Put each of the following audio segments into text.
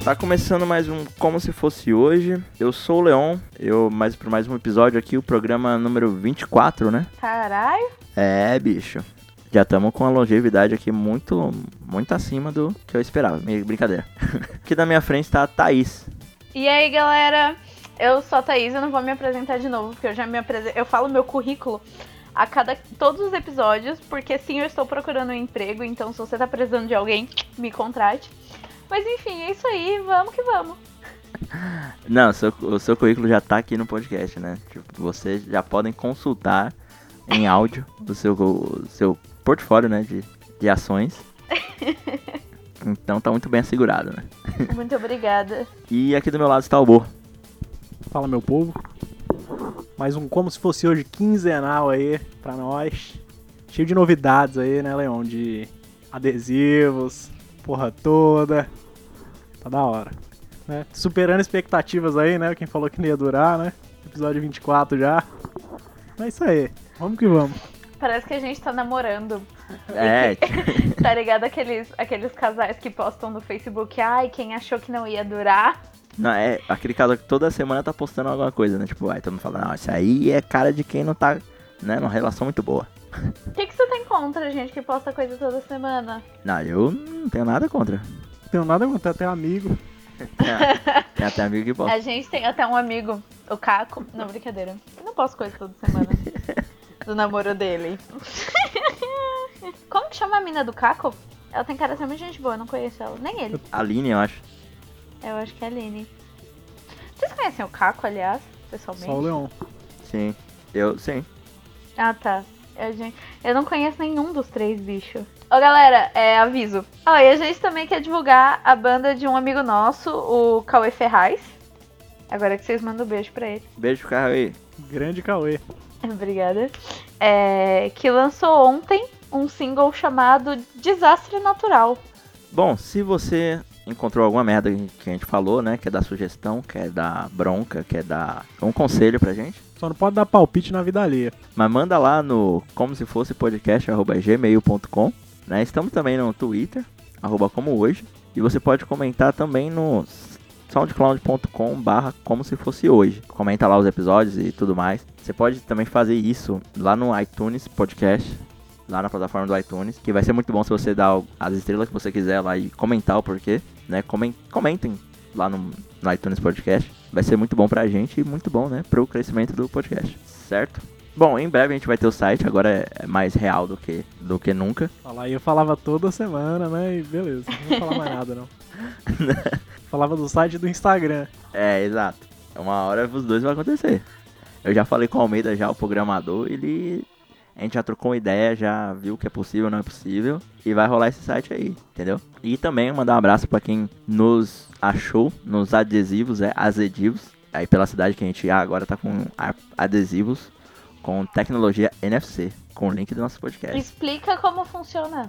Tá começando mais um Como Se Fosse Hoje. Eu sou o Leon, por mais um episódio aqui, o programa número 24, né? Caralho! É, bicho. Já estamos com a longevidade aqui muito acima do que eu esperava. Brincadeira. Aqui na minha frente tá a Thaís. E aí, galera? Eu sou a Thaís, eu não vou me apresentar de novo, porque eu já me apresento. Eu falo meu currículo todos os episódios, porque sim, eu estou procurando um emprego, então se você tá precisando de alguém, me contrate. Mas enfim, é isso aí, vamos que vamos. Não, o seu currículo já tá aqui no podcast, né? Tipo, vocês já podem consultar em áudio o seu portfólio, né, de ações. Então tá muito bem assegurado, né? Muito obrigada. E aqui do meu lado está o Bo. Fala, meu povo. Mais um Como Se Fosse Hoje quinzenal aí pra nós. Cheio de novidades aí, né, Leon? De adesivos, porra toda. Tá da hora. Né? Superando expectativas aí, né? Quem falou que não ia durar, né? Episódio 24 já. É isso aí. Vamos que vamos. Parece que a gente tá namorando. É. Tá ligado? Aqueles casais que postam no Facebook. Ai, quem achou que não ia durar. Não, é aquele casal que toda semana tá postando alguma coisa, né? Tipo, aí todo mundo fala, não, isso aí é cara de quem não tá, né, numa relação muito boa. O que você tem contra, gente, que posta coisa toda semana? Não, eu não tenho nada contra. Não tenho nada contra, até amigo. Tem até amigo que posta. A gente tem até um amigo, o Caco. Não, brincadeira. Eu não posto coisa toda semana. Do namoro dele. Como que chama a mina do Caco? Ela tem cara de ser muito gente boa, eu não conheço ela. Nem ele. Aline, eu acho. Eu acho que é a Aline. Vocês conhecem o Caco, aliás, pessoalmente? Só o Leon. Sim. Sim. Ah, tá. Eu não conheço nenhum dos três bichos. Ô, galera, aviso. E a gente também quer divulgar a banda de um amigo nosso, o Cauê Ferraz. Agora que vocês mandam um beijo pra ele. Beijo, Cauê. Grande Cauê. Obrigada. Que lançou ontem um single chamado Desastre Natural. Bom, se você encontrou alguma merda que a gente falou, né, quer dar sugestão, quer dar bronca, quer dar um conselho pra gente, Só não pode dar palpite na vida alheia. mas manda lá no como se fosse podcast@gmail.com, né? Estamos também no Twitter, @comohoje, e você pode comentar também no soundcloud.com/como se fosse hoje. Comenta lá os episódios e tudo mais. Você pode também fazer isso lá no iTunes Podcast, lá na plataforma do iTunes, que vai ser muito bom se você dar as estrelas que você quiser lá e comentar o porquê, né? Comentem lá no iTunes Podcast. Vai ser muito bom pra gente e muito bom, né, pro crescimento do podcast, certo? Bom, em breve a gente vai ter o site, agora é mais real do que nunca. Falar aí, eu falava toda semana, né? E beleza, não vou falar mais nada, não. Falava do site e do Instagram. É, exato. Uma hora os dois vão acontecer. Eu já falei com o Almeida, já o programador, a gente já trocou uma ideia, já viu que é possível, não é possível, e vai rolar esse site aí, entendeu? E também mandar um abraço pra quem nos achou nos adesivos, azedivos, aí pela cidade que a gente agora tá com adesivos com tecnologia NFC, com o link do nosso podcast. Explica como funciona.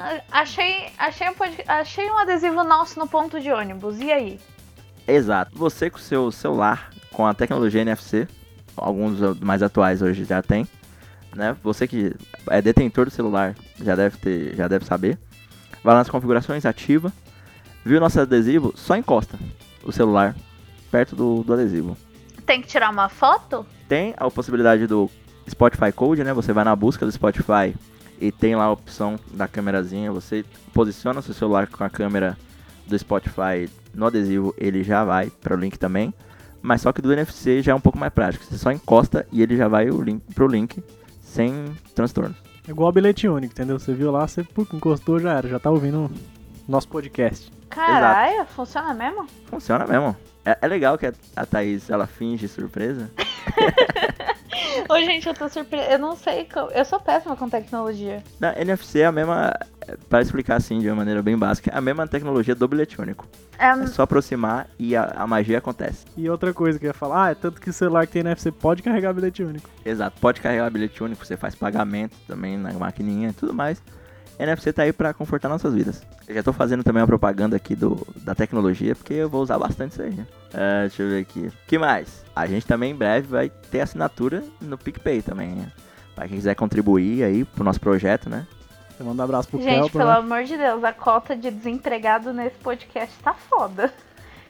Achei um adesivo nosso no ponto de ônibus, e aí? Exato. Você com o seu celular, com a tecnologia NFC, alguns mais atuais hoje já tem, né? Você que é detentor do celular já deve saber. Vai lá nas configurações, ativa. Viu nosso adesivo? Só encosta o celular perto do adesivo. Tem que tirar uma foto? Tem a possibilidade do Spotify Code, né? Você vai na busca do Spotify e tem lá a opção da câmerazinha. Você posiciona o seu celular com a câmera do Spotify no adesivo, ele já vai para o link também. Mas só que do NFC já é um pouco mais prático. Você só encosta e ele já vai pro link sem transtornos. É igual bilhete único, entendeu? Você viu lá, você encostou, já era. Já tá ouvindo o nosso podcast. Caralho, funciona mesmo? Funciona mesmo. É legal que a Thaís, ela finge surpresa. Ô, gente, eu tô surpresa. Eu não sei. Eu sou péssima com tecnologia. Na NFC é a mesma, para explicar assim de uma maneira bem básica, é a mesma tecnologia do bilhete único. É só aproximar e a magia acontece. E outra coisa que eu ia falar, é tanto que o celular que tem NFC pode carregar bilhete único. Exato, pode carregar bilhete único, você faz pagamento também na maquininha e tudo mais. NFC tá aí pra confortar nossas vidas. Eu já tô fazendo também uma propaganda aqui da tecnologia, porque eu vou usar bastante isso aí, né? Deixa eu ver aqui. O que mais? A gente também em breve vai ter assinatura no PicPay também, né? Pra quem quiser contribuir aí pro nosso projeto, né? Você manda um abraço pro Gente, Kelton, pelo né? amor de Deus, a cota de desempregado nesse podcast tá foda.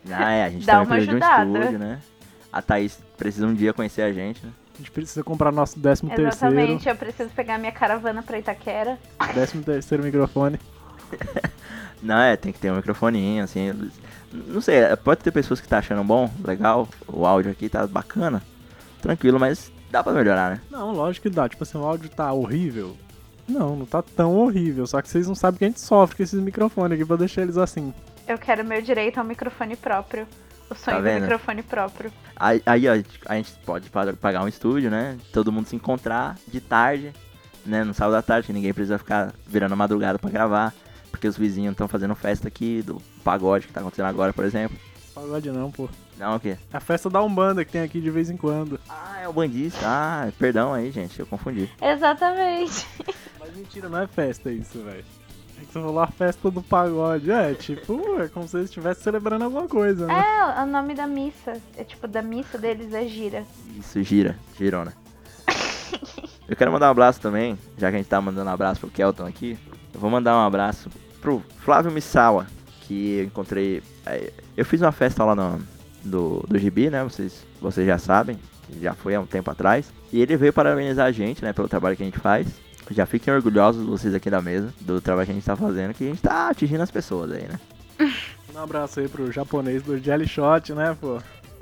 A gente Dá também uma precisa de um ajudada. estúdio, né? A Thaís precisa um dia conhecer a gente, né? A gente precisa comprar nosso 13º, Exatamente, eu preciso pegar minha caravana pra Itaquera. 13º microfone. Não, tem que ter um microfoninho, assim. Não sei, pode ter pessoas que tá achando bom, legal, o áudio aqui tá bacana, tranquilo, mas dá pra melhorar, né? Não, lógico que dá. Tipo assim, o áudio tá horrível. Não tá tão horrível. Só que vocês não sabem que a gente sofre com esses microfones aqui pra deixar eles assim. Eu quero meu direito ao microfone próprio. O sonho do vendo? microfone próprio. Aí, ó, a gente pode pagar um estúdio, né? Todo mundo se encontrar de tarde, né? No sábado à tarde, que ninguém precisa ficar virando a madrugada pra gravar. Porque os vizinhos estão fazendo festa aqui, do pagode que tá acontecendo agora, por exemplo. Pagode não, pô. Não, o quê? É a festa da Umbanda que tem aqui de vez em quando. Ah, é o bandista. Ah, perdão aí, gente, eu confundi. Exatamente. Mas mentira, não é festa isso, velho. É que você falou a festa do pagode. É, tipo, é como se eles estivessem celebrando alguma coisa, né? É, o nome da missa. É tipo, da missa deles é gira. Isso, girona. Eu quero mandar um abraço também, já que a gente tá mandando um abraço pro Kelton aqui. Eu vou mandar um abraço pro Flávio Missawa, que eu encontrei. Eu fiz uma festa lá do Gibi, né? Vocês já sabem, já foi há um tempo atrás. E ele veio parabenizar a gente, né, pelo trabalho que a gente faz. Já fiquem orgulhosos vocês aqui da mesa, do trabalho que a gente tá fazendo, que a gente tá atingindo as pessoas aí, né? Um abraço aí pro japonês do Jelly Shot, né, pô?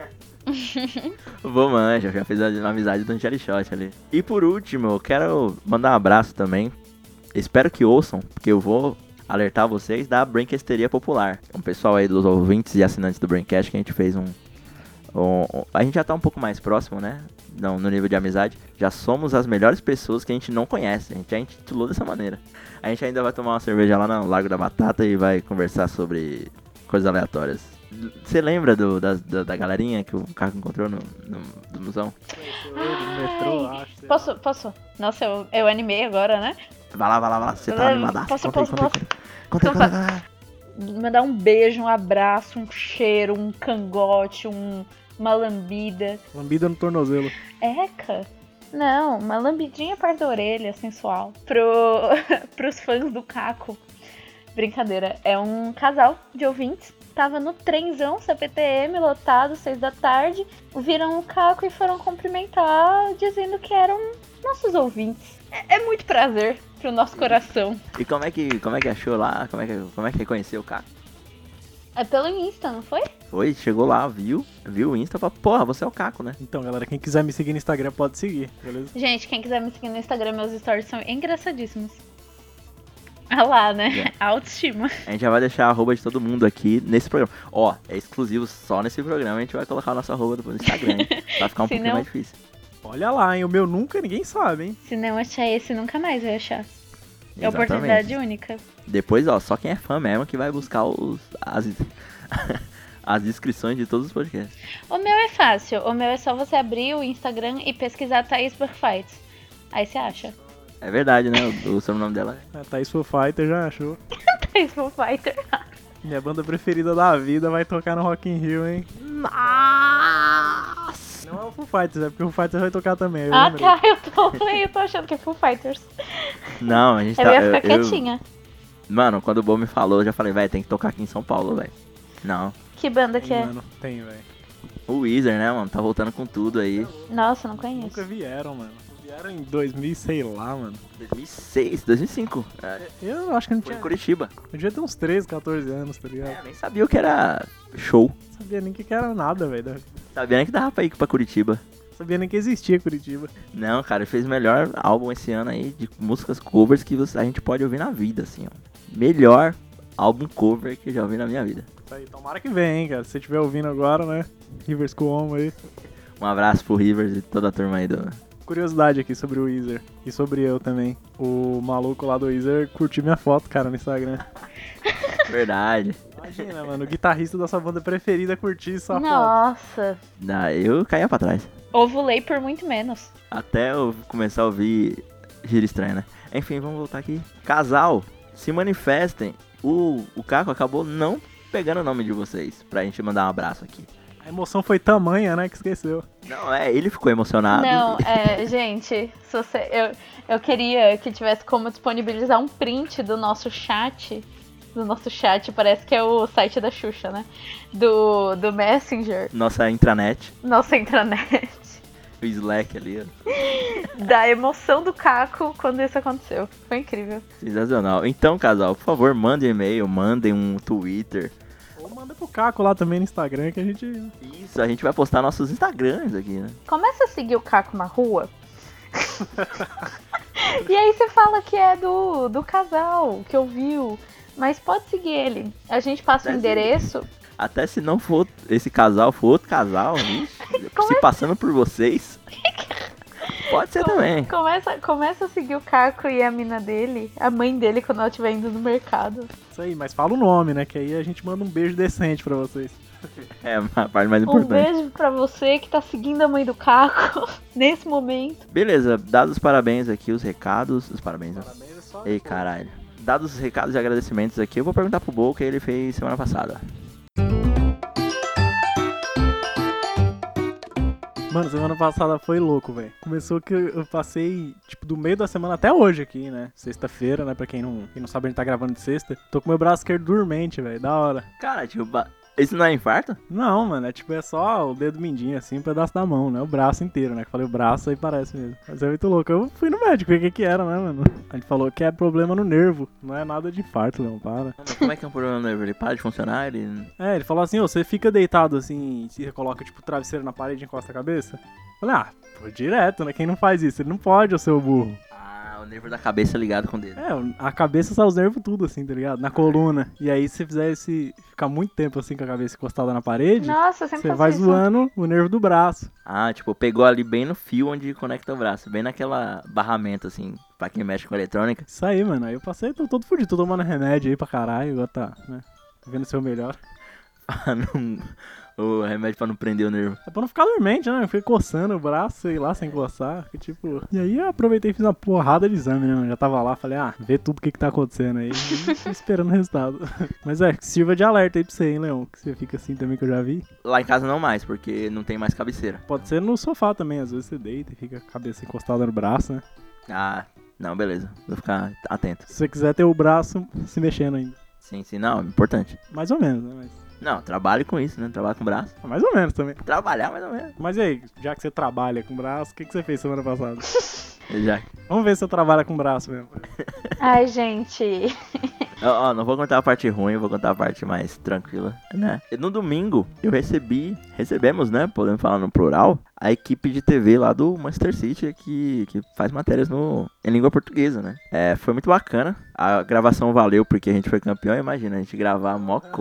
Vou manja, já fez a amizade do Jelly Shot ali. E por último, eu quero mandar um abraço também. Espero que ouçam, porque eu vou alertar vocês da Braincasteria Popular. Um pessoal aí dos ouvintes e assinantes do Braincast que a gente fez a gente já tá um pouco mais próximo, né? No nível de amizade. Já somos as melhores pessoas que a gente não conhece. A gente já intitulou dessa maneira. A gente ainda vai tomar uma cerveja lá no Lago da Batata e vai conversar sobre coisas aleatórias. Você lembra da galerinha que o Caco encontrou no musão? Metrô, Ai, acho. Posso? Nossa, eu animei agora, né? Vai lá. Você tá animadaço. Posso. Conta aí. Mandar um beijo, um abraço, um cheiro, um cangote, uma lambida. Lambida no tornozelo. Eca? Não, uma lambidinha perto da orelha, sensual. Pros fãs do Caco. Brincadeira, é um casal de ouvintes. Tava no trenzão CPTM, lotado, 6 da tarde. Viram o Caco e foram cumprimentar, dizendo que eram nossos ouvintes. É muito prazer pro nosso coração. E como é que achou lá? Como é que reconheceu o Caco? É pelo Insta, não foi? Foi, chegou lá, viu o Insta e falou, porra, você é o Caco, né? Então, galera, quem quiser me seguir no Instagram pode seguir, beleza? Gente, quem quiser me seguir no Instagram, meus stories são engraçadíssimos. Ah lá, né? Autoestima. A gente já vai deixar a arroba de todo mundo aqui nesse programa. Ó, é exclusivo só nesse programa, a gente vai colocar a nossa arroba no Instagram, hein? Vai ficar um Se pouquinho não- mais difícil. Olha lá, hein? O meu nunca ninguém sabe, hein? Se não achar esse, nunca mais vai achar. É Exatamente. oportunidade única. Depois, ó, só quem é fã mesmo que vai buscar as descrições de todos os podcasts. O meu é fácil. O meu é só você abrir o Instagram e pesquisar Thaís Fights. Aí você acha. É verdade, né? O sobrenome dela A Thaís Foo Fighter já achou. Thaís Fighter. Minha banda preferida da vida vai tocar no Rock in Rio, hein? Nossa! Não é o Foo Fighters, é porque o Foo Fighters vai tocar também. Eu Ah, lembrei. tá. Eu tô achando que é Foo Fighters. Não, a gente Eu tá... ia ficar quietinha. Mano, quando o Bo me falou, eu já falei, velho, tem que tocar aqui em São Paulo, velho. Não. Que banda que Tem, é? mano. Tem, velho. O Weezer, né, mano? Tá voltando com tudo aí. Nossa, não Nunca conheço. vieram, mano. Vieram em 2000, sei lá, mano. 2006, 2005. É, Eu acho que não foi em tinha. Curitiba. Eu devia ter uns 13, 14 anos, tá ligado? Eu nem sabia o que era show. Não sabia nem que era nada, velho. Sabia nem que dava pra ir pra Curitiba. Não sabia nem que existia Curitiba. Não, cara, ele fez o melhor álbum esse ano aí de músicas covers que a gente pode ouvir na vida, assim, ó. Melhor álbum cover que eu já ouvi na minha vida. Isso aí, tomara que venha, hein, cara. Se você estiver ouvindo agora, né? Rivers Cuomo aí. Um abraço pro Rivers e toda a turma aí do... Curiosidade aqui sobre o Weezer. E sobre eu também. O maluco lá do Weezer curtiu minha foto, cara, no Instagram. Verdade. Imagina, mano, o guitarrista da sua banda preferida curtir sua foto. Nossa. Eu caía pra trás. Ovulei por muito menos. Até eu começar a ouvir Gira Estranha, né? Enfim, vamos voltar aqui. Casal, se manifestem. O Caco acabou não pegando o nome de vocês pra gente mandar um abraço aqui. A emoção foi tamanha, né, que esqueceu. Não, ele ficou emocionado. Não, gente, se você, eu queria que tivesse como disponibilizar um print do nosso chat no nosso chat. Parece que é o site da Xuxa, né? Do Messenger. Nossa intranet, Nossa intranet. o Slack ali, ó. Da emoção do Caco quando isso aconteceu. Foi incrível. Sensacional. Então, casal, por favor, mandem um e-mail, mandem um Twitter. Ou manda pro Caco lá também no Instagram que a gente... Isso, a gente vai postar nossos Instagrams aqui, né? Começa a seguir o Caco na rua. E aí você fala que é do casal que ouviu. Mas pode seguir ele. A gente passa o endereço. Até se não for esse casal, for outro casal, vixe, se passando por vocês, pode ser também. Começa a seguir o Caco e a mina dele, a mãe dele, quando ela estiver indo no mercado. Isso aí, mas fala o nome, né? Que aí a gente manda um beijo decente pra vocês. É a parte mais Um importante. beijo pra você que tá seguindo a mãe do Caco nesse momento. Beleza, dados os parabéns aqui, os recados, os parabéns, né? Parabéns, é só... Ei, caralho. Dados os recados e agradecimentos aqui, eu vou perguntar pro Bo o que ele fez semana passada. Mano, semana passada foi louco, velho. Começou que eu passei, tipo, do meio da semana até hoje aqui, né? Sexta-feira, né? Pra quem não sabe, a gente tá gravando de sexta. Tô com meu braço esquerdo dormente, velho. Da hora. Cara, tipo, isso não é infarto? Não, mano, é tipo, é só o dedo mindinho, assim, um pedaço da mão, né? O braço inteiro, né? Que eu falei o braço, aí parece mesmo. Mas é muito louco. Eu fui no médico, ver o que era, né, mano? A gente falou que é problema no nervo. Não é nada de infarto, Leão, para. Mas como é que é um problema no nervo? Ele para de funcionar? Ele... É, ele falou assim, ô, você fica deitado assim, se você coloca, tipo, o travesseiro na parede e encosta a cabeça? Eu falei, pô, direto, né? Quem não faz isso? Ele não pode, ô seu burro. O nervo da cabeça ligado com o dedo. É, a cabeça sai os nervos tudo, assim, tá ligado? Na coluna. E aí, se você fizer ficar muito tempo assim com a cabeça encostada na parede, Nossa, eu sempre você faço vai isso. zoando o nervo do braço. Tipo, pegou ali bem no fio onde conecta o braço. Bem naquela barramento, assim, pra quem mexe com eletrônica. Isso aí, mano. Aí eu passei, tô todo fudido, tô tomando remédio aí pra caralho, agora tá, né? Tô vendo o seu melhor. O remédio pra não prender o nervo. É pra não ficar dormente, né? Eu fiquei coçando o braço, sei lá, sem coçar. Que, tipo... E aí eu aproveitei e fiz uma porrada de exame, né? Eu já tava lá, falei, vê tudo o que tá acontecendo aí. E tô esperando o resultado. Mas sirva de alerta aí pra você, hein, Leão? Que você fica assim também, que eu já vi. Lá em casa não mais, porque não tem mais cabeceira. Pode ser no sofá também, às vezes você deita e fica com a cabeça encostada no braço, né? Não, beleza. Vou ficar atento. Se você quiser ter o braço se mexendo ainda. Sim, não, importante. Mais ou menos, né? Não, trabalho com isso, né? Trabalho com braço. Mais ou menos também. Trabalhar mais ou menos. Mas e aí, já que você trabalha com braço, o que você fez semana passada? Já. Vamos ver se você trabalha com braço mesmo. Ai, gente. Não vou contar a parte ruim, vou contar a parte mais tranquila, né? No domingo, recebemos, né? Podemos falar no plural, a equipe de TV lá do Manchester City que faz matérias em língua portuguesa, né? Foi muito bacana. A gravação valeu porque a gente foi campeão. Imagina, a gente gravar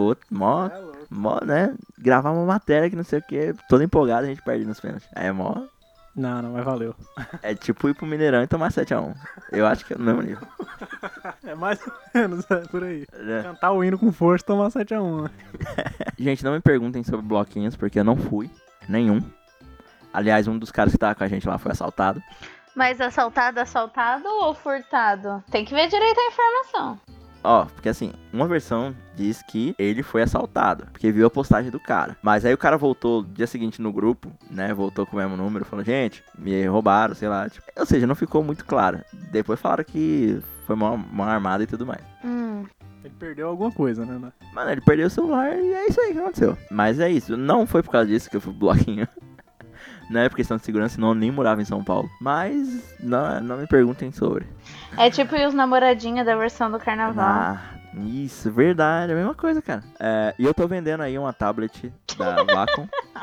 né? Gravar uma matéria que não sei o que, todo empolgado, a gente perde nos pênaltis. Não, mas valeu. É tipo ir pro Mineirão e tomar 7-1. Eu acho que é no mesmo nível. É mais ou menos, por aí. É. Cantar o hino com força e tomar 7-1, né? Gente, não me perguntem sobre bloquinhos, porque eu não fui. Nenhum. Aliás, um dos caras que tava com a gente lá foi assaltado. Mas assaltado ou furtado? Tem que ver direito a informação. Porque assim, uma versão diz que ele foi assaltado, porque viu a postagem do cara. Mas aí o cara voltou no dia seguinte no grupo, né? Voltou com o mesmo número, falando, gente, me roubaram, sei lá. Tipo, ou seja, não ficou muito claro. Depois falaram que foi mal armado e tudo mais. Ele perdeu alguma coisa, né? Mano, ele perdeu o celular e é isso aí que aconteceu. Mas é isso, não foi por causa disso que eu fui pro bloquinho. Não é por questão de segurança, senão eu nem morava em São Paulo. Mas não me perguntem sobre. É tipo os namoradinhos da versão do carnaval. Isso, verdade, é a mesma coisa, cara. E eu tô vendendo aí uma tablet da Wacom.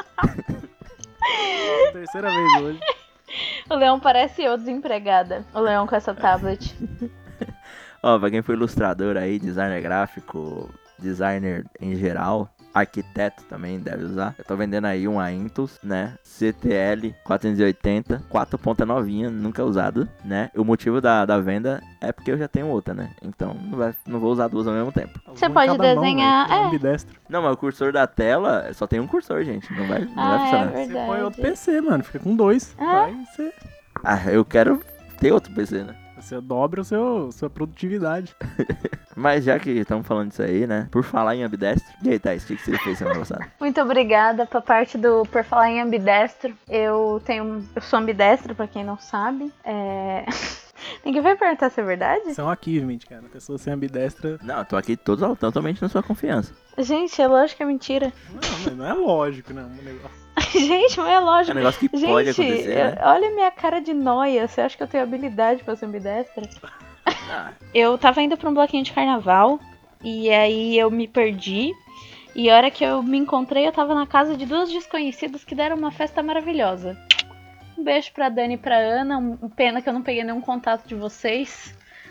Terceira vez hoje. O Leão parece eu desempregada. O Leão com essa tablet. Pra quem foi ilustrador aí, designer gráfico, designer em geral, arquiteto também deve usar. Eu tô vendendo aí uma Intus, né? CTL 480, 4 ponta novinha, nunca usado, né? O motivo da venda é porque eu já tenho outra, né? Então não vou usar duas ao mesmo tempo. Você pode desenhar. Ambidestro. Não, mas o cursor da tela só tem um cursor, gente. Não vai funcionar. É Você põe outro PC, mano. Fica com dois. Vai ser. Eu quero ter outro PC, né? Você dobra sua produtividade. Mas já que estamos falando disso aí, né? Por falar em ambidestro. E aí, Thaís, o que você fez semana passada? Muito obrigada pra parte do Por Falar em Ambidestro. Eu sou ambidestro, pra quem não sabe. Ninguém vai perguntar se é verdade? Isso é um achievement, cara. A pessoa ser ambidestra. Não, eu tô aqui totalmente na sua confiança. Gente, é lógico que é mentira. Não, mas não é lógico, né? Um negócio. Gente, mas é É lógico. um negócio que Gente, pode acontecer, né? olha minha cara de noia. Você acha que eu tenho habilidade pra ser ambidestra? Ah, Eu tava indo pra um bloquinho de carnaval. E aí eu me perdi. E a hora que eu me encontrei, eu tava na casa de duas desconhecidas que deram uma festa maravilhosa. Um beijo pra Dani e pra Ana. Pena que eu não peguei nenhum contato de vocês.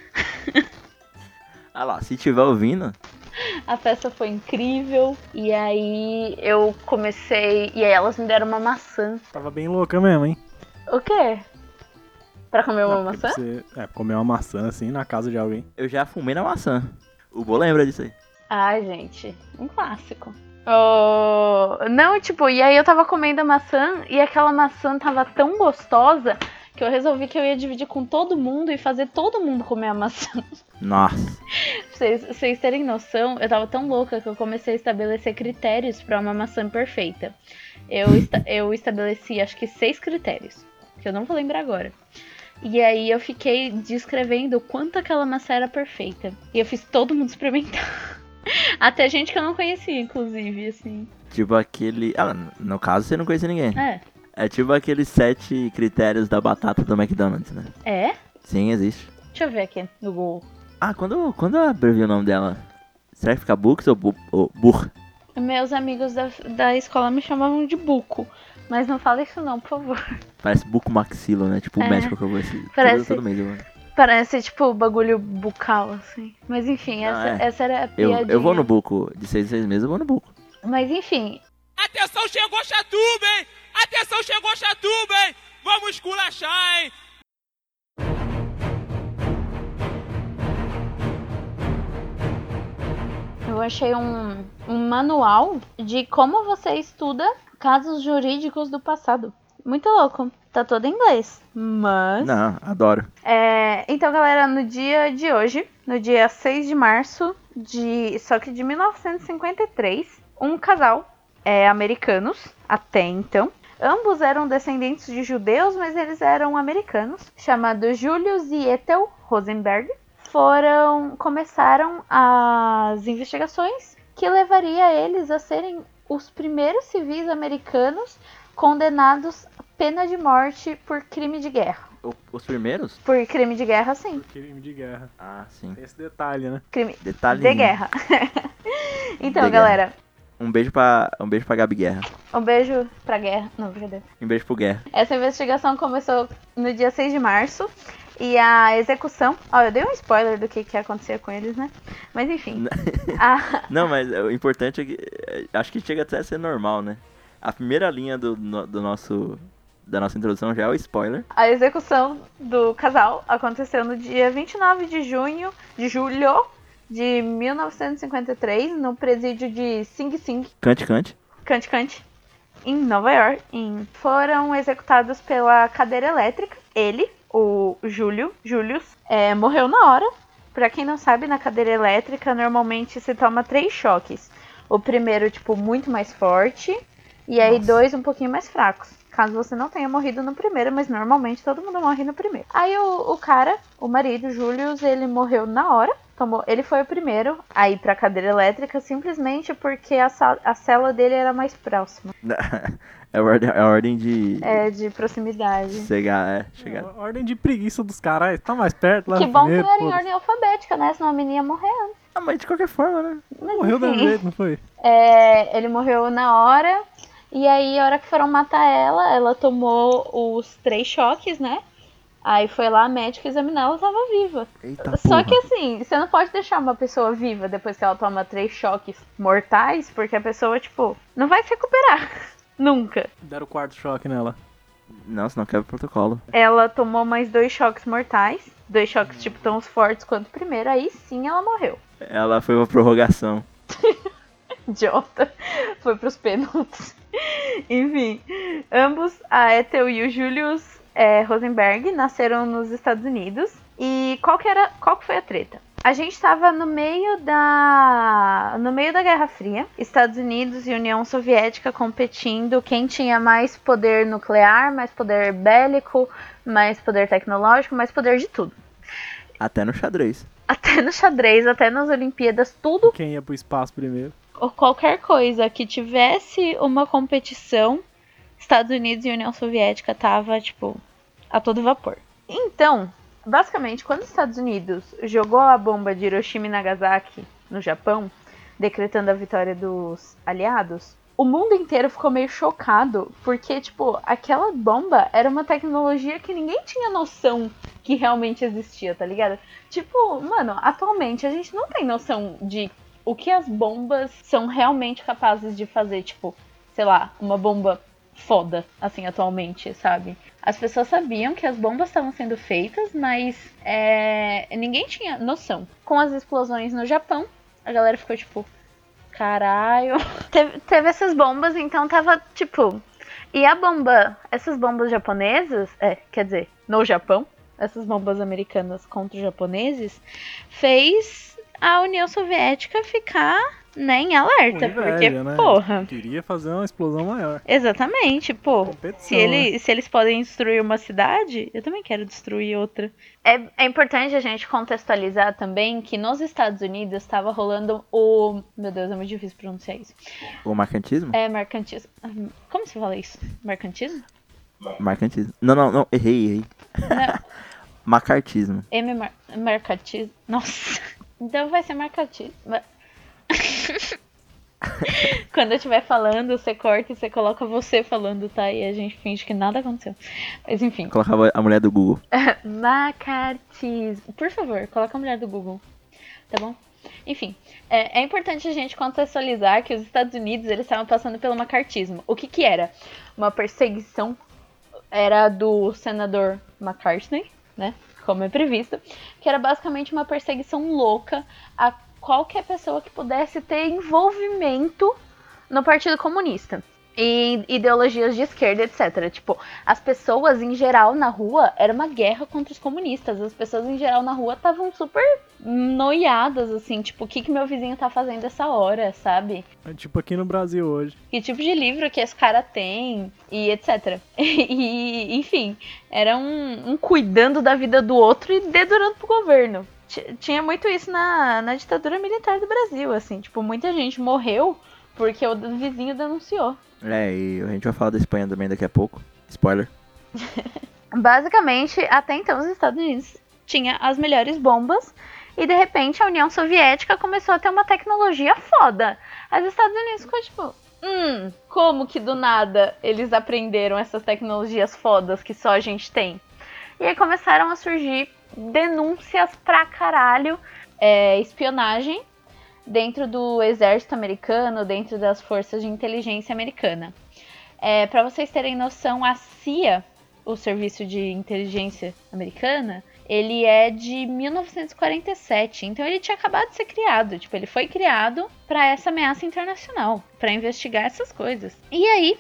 ah lá, se tiver ouvindo, A festa foi incrível. E aí eu comecei. E aí elas me deram uma maçã. Tava bem louca mesmo, hein? O quê? Pra comer uma Não, porque maçã? Você, comer uma maçã assim na casa de alguém. eu já fumei na maçã. O Bo lembra disso aí. Ai, gente, um clássico. Oh, não, tipo, e aí eu tava comendo a maçã e aquela maçã tava tão gostosa que eu resolvi que eu ia dividir com todo mundo e fazer todo mundo comer a maçã. Nossa. Pra vocês terem noção, eu tava tão louca que eu comecei a estabelecer critérios pra uma maçã perfeita. Eu estabeleci acho que 6 critérios, que eu não vou lembrar agora. E aí eu fiquei descrevendo o quanto aquela maçã era perfeita. E eu fiz todo mundo experimentar. Até gente que eu não conhecia, inclusive, assim. Tipo aquele... Ah, no caso você não conhecia ninguém. É. É tipo aqueles 7 critérios da batata do McDonald's, né? É? Sim, existe. Deixa eu ver aqui no Google. Ah, quando eu abrevi o nome dela, será que fica Bux ou Burr? Meus amigos da escola me chamavam de Buco. Mas não fala isso não, por favor. Parece Buco Maxilo, né? Tipo o É. médico que eu vou esse. Parece. Todo mês eu vou. Parece tipo bagulho bucal, assim. Mas enfim, Não, essa era a piadinha. Eu vou no Buco. De 6 em 6 meses eu vou no Buco. Mas enfim, Atenção, chegou Chatuba, hein? Atenção, chegou Chatuba, hein? Vamos esculachar, hein? eu achei um manual de como você estuda casos jurídicos do passado. Muito louco. Tá todo em inglês. Mas... Não, adoro. Então, galera, no dia de hoje, no dia 6 de março, só que de 1953, um casal americanos, até então, ambos eram descendentes de judeus, mas eles eram americanos, chamados Julius e Ethel Rosenberg, começaram as investigações que levaria eles a serem os primeiros civis americanos condenados à pena de morte por crime de guerra. Os primeiros? Por crime de guerra, sim. Crime de guerra. Ah, sim. Tem esse detalhe, né? Crime Detalhe. de guerra. Então, De galera, Um beijo pra Gabi Guerra. um beijo pra guerra. Não, brincadeira. Um beijo pro Guerra. Essa investigação começou no dia 6 de março. E a execução... Ó, eu dei um spoiler do que ia acontecer com eles, né? Mas enfim. Não, mas o importante é que... Acho que chega até a ser normal, né? A primeira linha da nossa introdução já é o spoiler. A execução do casal aconteceu no dia 29 de julho de 1953, no presídio de Sing Sing, Cante. em Nova York. Foram executados pela cadeira elétrica. Ele, o Julius, morreu na hora. Pra quem não sabe, na cadeira elétrica normalmente se toma 3 choques. O primeiro, tipo, muito mais forte, e aí 2 um pouquinho mais fracos. Caso você não tenha morrido no primeiro, mas normalmente todo mundo morre no primeiro. Aí o cara, o marido, Julius, ele morreu na hora. Ele foi o primeiro a ir pra cadeira elétrica simplesmente porque a cela dele era mais próxima. É a ordem de... De proximidade. chegar. A ordem de preguiça dos caras. Tá mais perto lá Que no bom primeiro, que era em foda-se. ordem alfabética, né? Senão a menina ia morrer antes. Ah, mas de qualquer forma, né? Mas, Morreu do enfim. mesmo jeito, não foi? Ele morreu na hora. E aí, a hora que foram matar ela tomou os 3 choques, né? Aí foi lá, a médica examinar, ela tava viva. Eita Só porra. que assim, você não pode deixar uma pessoa viva depois que ela toma 3 choques mortais, porque a pessoa, tipo, não vai se recuperar. Nunca. Deram o 4º choque nela. Não, senão quebra o protocolo. Ela tomou mais 2 choques mortais. 2 choques, tipo, tão fortes quanto o primeiro. Aí sim ela morreu. Ela foi uma prorrogação. Idiota. Foi pros pênaltis. Enfim, ambos, a Ethel e o Julius Rosenberg, nasceram nos Estados Unidos. E qual que foi a treta? A gente tava no meio da Guerra Fria, Estados Unidos e União Soviética competindo quem tinha mais poder nuclear, mais poder bélico, mais poder tecnológico, mais poder de tudo. Até no xadrez. Até no xadrez, até nas Olimpíadas, tudo Quem ia pro espaço primeiro? ou qualquer coisa que tivesse uma competição, Estados Unidos e União Soviética tava, tipo, a todo vapor. Então, basicamente, quando os Estados Unidos jogou a bomba de Hiroshima e Nagasaki no Japão, decretando a vitória dos aliados, o mundo inteiro ficou meio chocado, porque, tipo, aquela bomba era uma tecnologia que ninguém tinha noção que realmente existia, tá ligado? Tipo, mano, atualmente a gente não tem noção de o que as bombas são realmente capazes de fazer, tipo, sei lá, uma bomba foda, assim, atualmente, sabe? As pessoas sabiam que as bombas estavam sendo feitas, mas ninguém tinha noção. Com as explosões no Japão, a galera ficou tipo, caralho. Teve essas bombas, então tava, tipo... E a bomba, essas bombas japonesas, quer dizer, no Japão, essas bombas americanas contra os japoneses, fez a União Soviética ficar, né, em alerta. Com Porque, inveja, né? porra... Queria fazer uma explosão maior. Exatamente, pô. Competição, Se eles podem destruir uma cidade, eu também quero destruir outra. É importante a gente contextualizar também que nos Estados Unidos estava rolando o... Meu Deus, é muito difícil pronunciar isso. O marcantismo? Mercantismo. Como se fala isso? Mercantismo? Marcantismo. Não, errei. Não, Macartismo. mercantismo. Nossa. Então vai ser marcatismo. Quando eu estiver falando, você corta e você coloca você falando, tá? E a gente finge que nada aconteceu. Mas enfim. Colocava a mulher do Google. Macartismo. Por favor, coloca a mulher do Google. Tá bom? Enfim, é importante a gente contextualizar que os Estados Unidos, eles estavam passando pelo macartismo. O que era? Uma perseguição, era do senador McCartney, né? Como é previsto. Que era basicamente uma perseguição louca a qualquer pessoa que pudesse ter envolvimento no Partido Comunista. E ideologias de esquerda, etc. Tipo, as pessoas em geral na rua, era uma guerra contra os comunistas. As pessoas em geral na rua estavam super noiadas, assim, tipo, o que meu vizinho tá fazendo essa hora, sabe? É tipo aqui no Brasil hoje. Que tipo de livro que esse cara tem, e etc. E, enfim, era um cuidando da vida do outro e dedurando pro governo. Tinha muito isso na ditadura militar do Brasil, assim, tipo, muita gente morreu porque o vizinho denunciou. E a gente vai falar da Espanha também daqui a pouco. Spoiler. Basicamente, até então os Estados Unidos tinham as melhores bombas e de repente a União Soviética começou a ter uma tecnologia foda. Os Estados Unidos ficou tipo, como que do nada eles aprenderam essas tecnologias fodas que só a gente tem? E aí começaram a surgir denúncias pra caralho, espionagem dentro do exército americano, dentro das forças de inteligência americana. Para vocês terem noção, a CIA, o Serviço de Inteligência Americana, ele é de 1947, então ele tinha acabado de ser criado. Tipo, ele foi criado para essa ameaça internacional, para investigar essas coisas. E aí,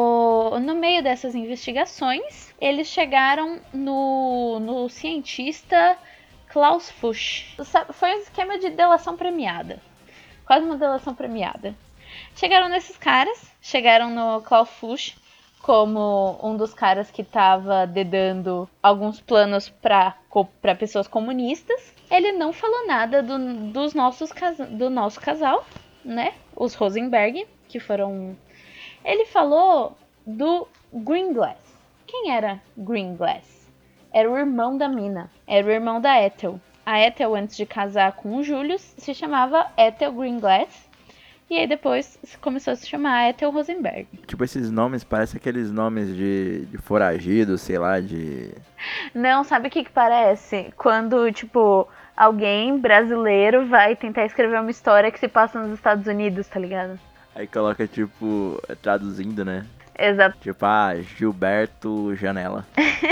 no meio dessas investigações, eles chegaram no cientista Klaus Fuchs. Foi um esquema de delação premiada. Quase uma delação premiada. Chegaram nesses caras, chegaram no Klaus Fuchs como um dos caras que estava dedando alguns planos para pessoas comunistas. Ele não falou nada do nosso casal, né? Os Rosenberg, que foram... Ele falou do Greenglass. Quem era Greenglass? Era o irmão da mina. Era o irmão da Ethel. A Ethel, antes de casar com o Julius, se chamava Ethel Greenglass. E aí depois começou a se chamar Ethel Rosenberg. Tipo, esses nomes parecem aqueles nomes de foragido, sei lá, de... Não, sabe o que parece? Quando, tipo, alguém brasileiro vai tentar escrever uma história que se passa nos Estados Unidos, tá ligado? Aí coloca, tipo, traduzindo, né? Exato. Tipo, Gilberto Janela.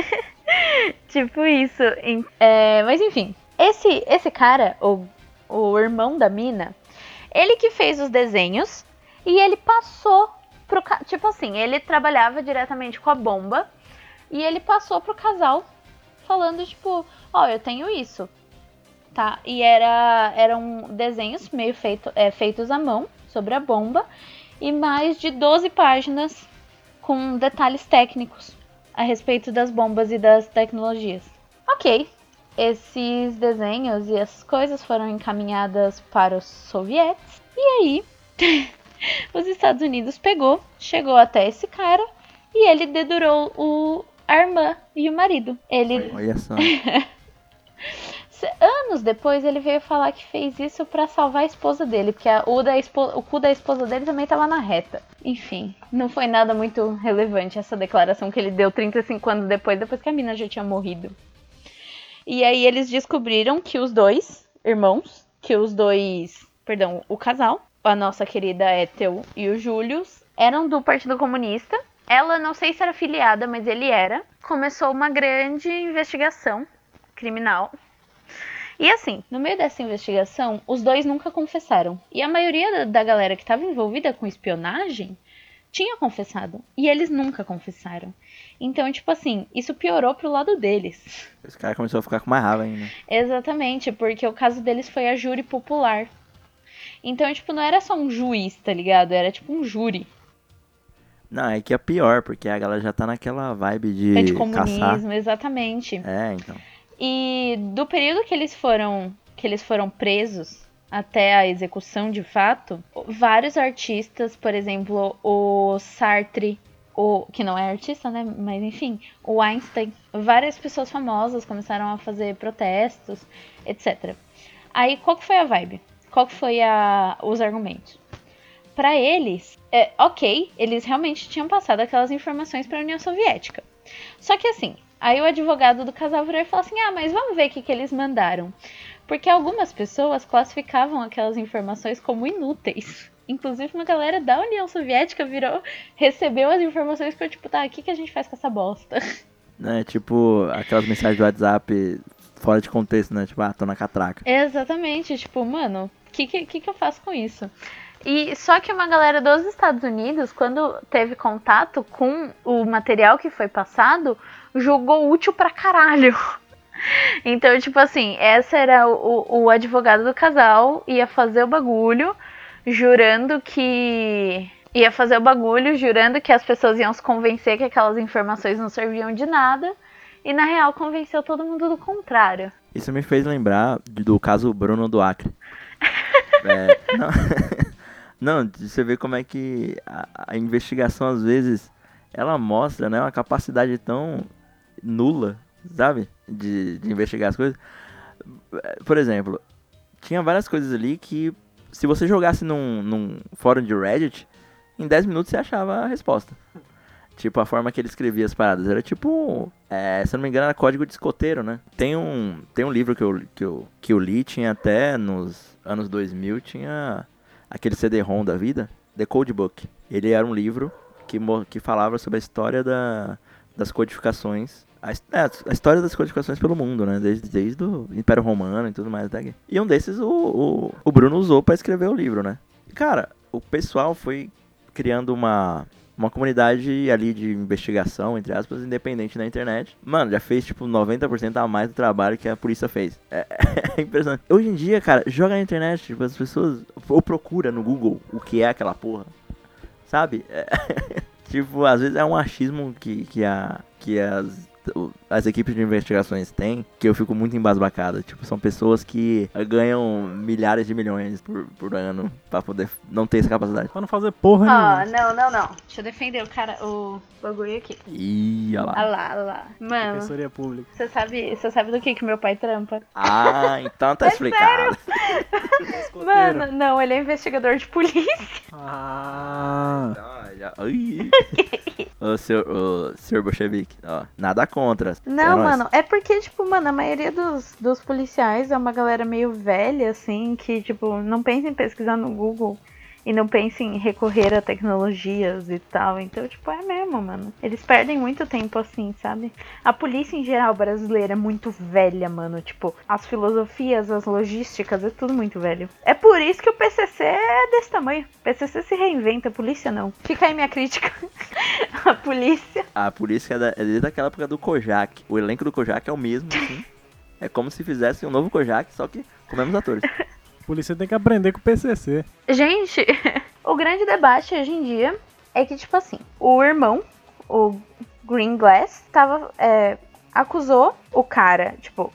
Tipo isso. Mas enfim, esse cara, o irmão da mina, ele que fez os desenhos e ele passou pro... Tipo assim, ele trabalhava diretamente com a bomba e ele passou pro casal falando, tipo, eu tenho isso, tá? E eram desenhos meio feitos à mão sobre a bomba e mais de 12 páginas com detalhes técnicos a respeito das bombas e das tecnologias. Ok, esses desenhos e essas coisas foram encaminhadas para os sovietes. E aí, os Estados Unidos chegou até esse cara e ele dedurou a irmã e o marido. Ele... Olha só. Anos depois ele veio falar que fez isso pra salvar a esposa dele, porque o cu da esposa dele também tava na reta. Enfim, não foi nada muito relevante essa declaração que ele deu 35 anos depois que a mina já tinha morrido. E aí eles descobriram que os dois irmãos, o casal, a nossa querida Ethel e o Julius, eram do Partido Comunista. Ela, não sei se era filiada, mas ele era. Começou uma grande investigação criminal. E assim, no meio dessa investigação, os dois nunca confessaram. E a maioria da galera que estava envolvida com espionagem tinha confessado. E eles nunca confessaram. Então, tipo assim, isso piorou pro lado deles. Esse cara começou a ficar com mais raiva ainda. Exatamente, porque o caso deles foi a júri popular. Então, tipo, não era só um juiz, tá ligado? Era tipo um júri. Não, é que é pior, porque a galera já tá naquela vibe de comunismo, caçar. exatamente. Então. E do período que eles foram presos até a execução de fato, vários artistas, por exemplo, o Sartre, que não é artista, né? Mas enfim, o Einstein, várias pessoas famosas começaram a fazer protestos, etc. Aí, qual que foi a vibe? Qual que foi os argumentos? Pra eles, ok, eles realmente tinham passado aquelas informações para a União Soviética. Só que assim, aí o advogado do casal virou e falou assim, mas vamos ver o que eles mandaram. Porque algumas pessoas classificavam aquelas informações como inúteis. Inclusive uma galera da União Soviética recebeu as informações e ficou tipo, tá, o que a gente faz com essa bosta? Tipo, aquelas mensagens do WhatsApp fora de contexto, né? Tipo, tô na catraca. Exatamente, tipo, mano, o que eu faço com isso? E só que uma galera dos Estados Unidos, quando teve contato com o material que foi passado, julgou útil pra caralho. Então, tipo assim, essa era o advogado do casal, ia fazer o bagulho, jurando que as pessoas iam se convencer que aquelas informações não serviam de nada, e na real convenceu todo mundo do contrário. Isso me fez lembrar do caso Bruno do Acre. Não, você vê como é que a investigação, às vezes, ela mostra, né, uma capacidade tão nula, sabe, de investigar as coisas. Por exemplo, tinha várias coisas ali que, se você jogasse num fórum de Reddit, em 10 minutos você achava a resposta. Tipo, a forma que ele escrevia as paradas. Era tipo, se eu não me engano, era código de escoteiro, né? Tem um livro que eu li, tinha até nos anos 2000, tinha aquele CD-ROM da vida, The Code Book. Ele era um livro que falava sobre a história das codificações, a história das codificações pelo mundo, né? Desde o Império Romano e tudo mais até aqui. E um desses o Bruno usou pra escrever o livro, né? E, cara, o pessoal foi criando uma comunidade ali de investigação, entre aspas, independente na internet. Mano, já fez tipo 90% a mais do trabalho que a polícia fez. É impressionante. Hoje em dia, cara, joga na internet, tipo, as pessoas ou procura no Google o que é aquela porra. Sabe? Tipo, às vezes é um achismo que as equipes de investigações têm, que eu fico muito embasbacado. Tipo, são pessoas que ganham milhares de milhões por ano pra poder não ter essa capacidade. Pra não fazer porra nenhuma. Não. Deixa eu defender o bagulho aqui. Ih, olha lá. Olha lá. Mano, Defensoria pública. Você sabe do que meu pai trampa? Então tá explicado. Mano, não, ele é investigador de polícia. O senhor bolchevique, ó, nada contra. Não, mano, é porque, tipo, mano, a maioria dos policiais é uma galera meio velha, assim, que, tipo, não pensa em pesquisar no Google e não pensa em recorrer a tecnologias e tal. Então, tipo, é mesmo, mano. Eles perdem muito tempo assim, sabe? A polícia, em geral, brasileira é muito velha, mano. Tipo, as filosofias, as logísticas, é tudo muito velho. É por isso que o PCC é desse tamanho. O PCC se reinventa, a polícia não. Fica aí minha crítica. A polícia é desde aquela época do Kojak. O elenco do Kojak é o mesmo, assim. É como se fizesse um novo Kojak, só que com menos atores. Polícia tem que aprender com o PCC. Gente, o grande debate hoje em dia é que, tipo assim, o irmão, o Green Glass, tava acusou o cara, tipo,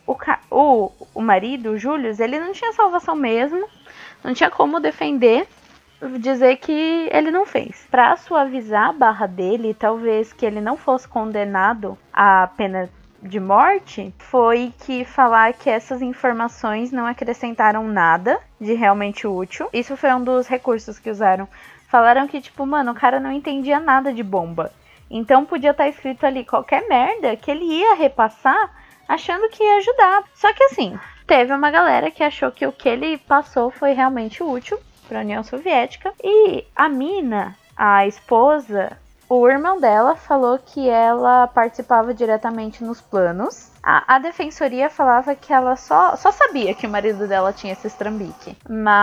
o marido, o Julius, ele não tinha salvação mesmo, não tinha como defender, dizer que ele não fez. Pra suavizar a barra dele, talvez que ele não fosse condenado à pena de morte, foi que falar que essas informações não acrescentaram nada de realmente útil. Isso foi um dos recursos que usaram. Falaram que, tipo, mano, o cara não entendia nada de bomba. Então podia estar escrito ali qualquer merda que ele ia repassar achando que ia ajudar. Só que assim, teve uma galera que achou que o que ele passou foi realmente útil para a União Soviética. E a mina, a esposa, o irmão dela falou que ela participava diretamente nos planos. A defensoria falava que ela só sabia que o marido dela tinha esse estrambique.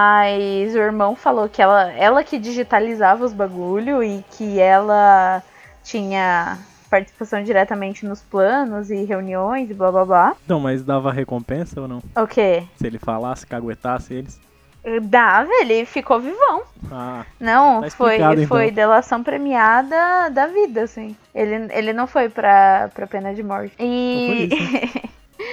Mas o irmão falou que ela que digitalizava os bagulho e que ela tinha participação diretamente nos planos e reuniões e blá blá blá. Não, mas dava recompensa ou não? O quê? Se ele falasse, caguetasse eles? Dava, ele ficou vivão. Ah, Não, tá explicado, foi então. delação premiada da vida, assim. Ele não foi pra pena de morte. E. Então foi isso,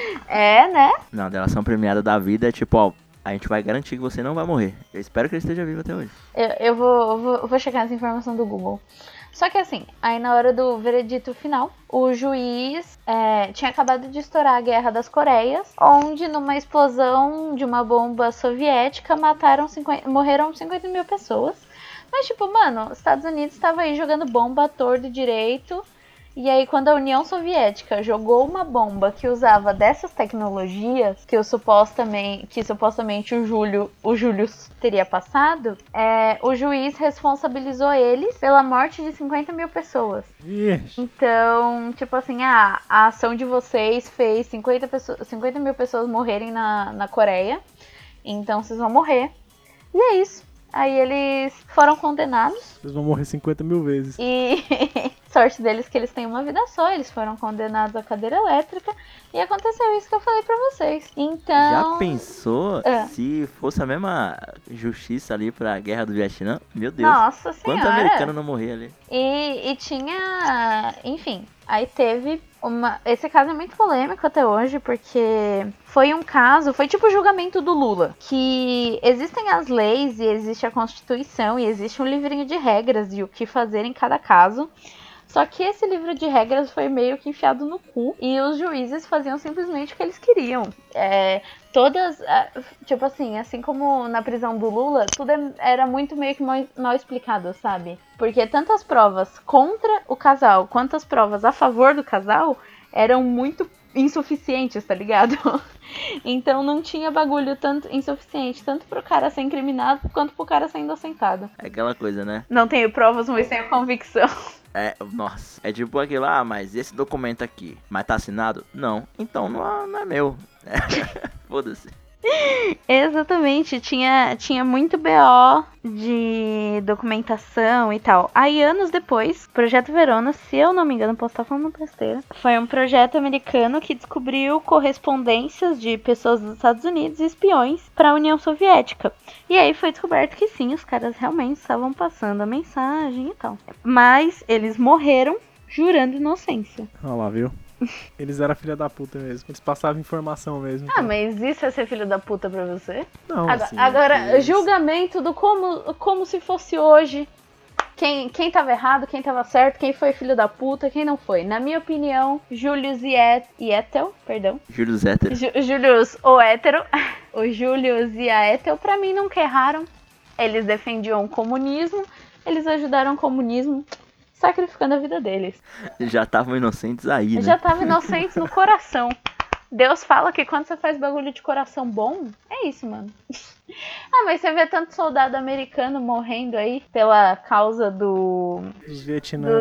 É, né? Não, delação premiada da vida é tipo, ó, a gente vai garantir que você não vai morrer. Eu espero que ele esteja vivo até hoje. Eu vou checar essa informação do Google. Só que assim, aí na hora do veredito final, o juiz tinha acabado de estourar a Guerra das Coreias, onde numa explosão de uma bomba soviética morreram 50 mil pessoas. Mas tipo, mano, os Estados Unidos estava aí jogando bomba à torto e direito. E aí quando a União Soviética jogou uma bomba que usava dessas tecnologias, que supostamente o Julius teria passado, o juiz responsabilizou eles pela morte de 50 mil pessoas. Ixi. Então, tipo assim, a ação de vocês fez 50 mil pessoas morrerem na Coreia, então vocês vão morrer. E é isso. Aí eles foram condenados. Eles vão morrer 50 mil vezes. E sorte deles que eles têm uma vida só. Eles foram condenados à cadeira elétrica. E aconteceu isso que eu falei pra vocês. Então... Já pensou se fosse a mesma justiça ali pra Guerra do Vietnã? Meu Deus. Nossa Quanto senhora. americano não morria ali? E tinha... Enfim, aí teve esse caso é muito polêmico até hoje, porque foi um caso, foi tipo o julgamento do Lula, que existem as leis e existe a Constituição e existe um livrinho de regras de o que fazer em cada caso. Só que esse livro de regras foi meio que enfiado no cu e os juízes faziam simplesmente o que eles queriam. Tipo assim como na prisão do Lula, tudo era muito meio que mal explicado, sabe? Porque tantas provas contra o casal quanto as provas a favor do casal eram muito insuficientes, tá ligado? Então não tinha bagulho tanto insuficiente, tanto pro cara ser incriminado quanto pro cara ser inocentado. É aquela coisa, né? Não tenho provas, mas tenho convicção. Nossa, é tipo aquilo, mas esse documento aqui, mas tá assinado? Não, então não é meu. Foda-se. Exatamente, tinha muito BO de documentação e tal. Aí anos depois, Projeto Verona, se eu não me engano, posso estar falando besteira, foi um projeto americano que descobriu correspondências de pessoas dos Estados Unidos e espiões para a União Soviética. E aí foi descoberto que sim, os caras realmente estavam passando a mensagem e tal. Mas eles morreram jurando inocência. Olha lá, viu? Eles eram filha da puta mesmo. Eles passavam informação mesmo. Ah, mas isso é ser filho da puta pra você? Não, Agora, eles... julgamento do como se fosse hoje. Quem tava errado, quem tava certo, quem foi filho da puta, quem não foi. Na minha opinião, Julius e Ethel, perdão. Julius Éter. Julius ou Hétero. O Julius e a Ethel, pra mim, nunca erraram. Eles defendiam o comunismo, eles ajudaram o comunismo, sacrificando a vida deles. Já estavam inocentes aí, né? Já estavam inocentes no coração. Deus fala que quando você faz bagulho de coração bom, é isso, mano. Mas você vê tanto soldado americano morrendo aí pela causa dos Vietnã,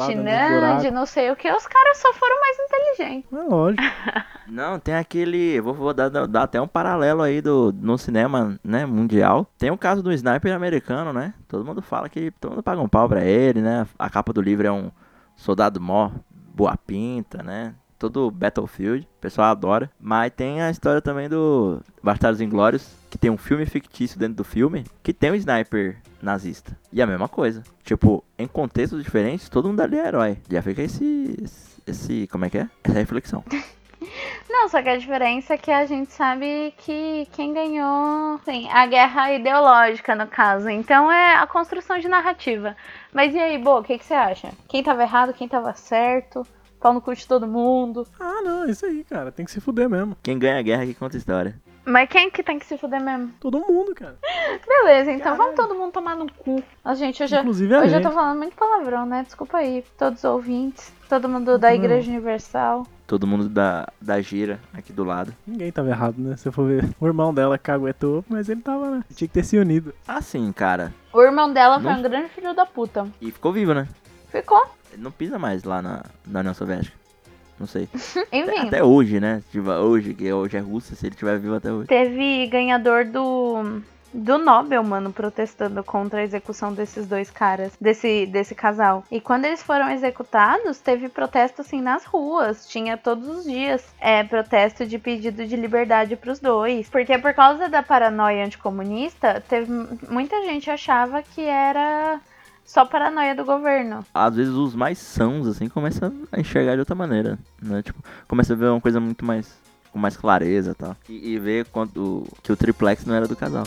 de não sei o que. Os caras só foram mais inteligentes. É lógico. Não, tem aquele... Vou dar até um paralelo aí no cinema, né, mundial. Tem o caso do sniper americano, né? Todo mundo fala que todo mundo paga um pau pra ele, né? A capa do livro é um soldado mó boa pinta, né? Todo Battlefield, o pessoal adora. Mas tem a história também do Bastardos Inglórios, que tem um filme fictício dentro do filme, que tem um sniper nazista. E a mesma coisa. Tipo, em contextos diferentes, todo mundo ali é herói. Já fica como é que é? Essa reflexão. Não, só que a diferença é que a gente sabe que quem ganhou, assim, a guerra ideológica, no caso. Então é a construção de narrativa. Mas e aí, Bo, o que você acha? Quem tava errado, quem tava certo? Pau no cu de todo mundo. Ah, não, isso aí, cara. Tem que se fuder mesmo. Quem ganha a guerra é que conta a história. Mas quem que tem que se fuder mesmo? Todo mundo, cara. Beleza, então Caralho. vamos todo mundo tomar no cu. Gente, Inclusive a hoje eu gente. tô falando muito palavrão, né? Desculpa aí, todos os ouvintes, todo mundo da Igreja Universal. Todo mundo da gira aqui do lado. Ninguém tava errado, né? Se você for ver. O irmão dela caguetou, mas ele tava, né? Tinha que ter se unido. Assim, cara. O irmão dela foi Não- um grande filho da puta. E ficou vivo, né? Ficou. Ele não pisa mais lá na União Soviética. Não sei. Enfim, Até hoje, né? Tipo, hoje, que hoje é Rússia, se ele estiver vivo até hoje. teve ganhador do Nobel, mano, protestando contra a execução desses dois caras, desse casal. E quando eles foram executados, teve protesto, assim, nas ruas. Tinha todos os dias protesto de pedido de liberdade pros dois. Porque por causa da paranoia anticomunista, muita gente achava que era só paranoia do governo. Às vezes os mais sãos, assim, começam a enxergar de outra maneira, né? Tipo, começa a ver uma coisa muito mais... com mais clareza e tal. E ver que o triplex não era do casal.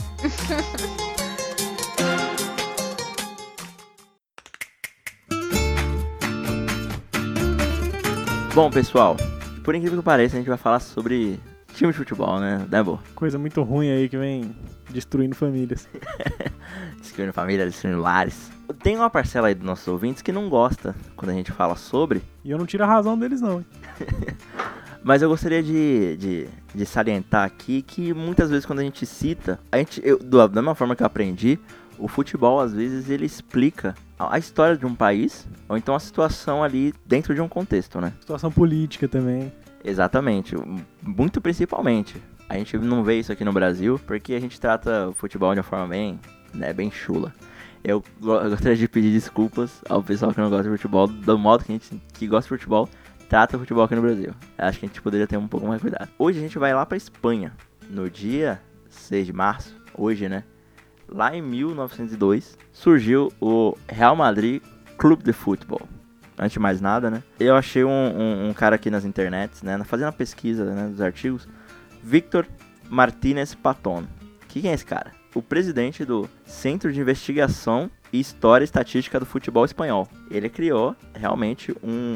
Bom, pessoal, por incrível que pareça, a gente vai falar sobre time de futebol, né? Bo? Coisa muito ruim aí que vem destruindo famílias. Destruindo família, destruindo lares. Tem uma parcela aí dos nossos ouvintes que não gosta quando a gente fala sobre. E eu não tiro a razão deles, não. Mas eu gostaria de salientar aqui que muitas vezes quando a gente cita, da mesma forma que eu aprendi, o futebol às vezes ele explica a história de um país, ou então a situação ali dentro de um contexto, né? Situação política também. Exatamente, muito principalmente. A gente não vê isso aqui no Brasil, porque a gente trata o futebol de uma forma bem chula. Eu gostaria de pedir desculpas ao pessoal que não gosta de futebol, do modo que a gente que gosta de futebol trata o futebol aqui no Brasil. Acho que a gente poderia ter um pouco mais cuidado. Hoje a gente vai lá pra Espanha, no dia 6 de março, hoje, né? Lá em 1902, surgiu o Real Madrid Clube de Futebol. Antes de mais nada, né? Eu achei um cara aqui nas internets, né? Fazendo uma pesquisa, né, dos artigos. Víctor Martínez Patón. Quem é esse cara? O presidente do Centro de Investigação e História e Estatística do Futebol Espanhol. Ele criou realmente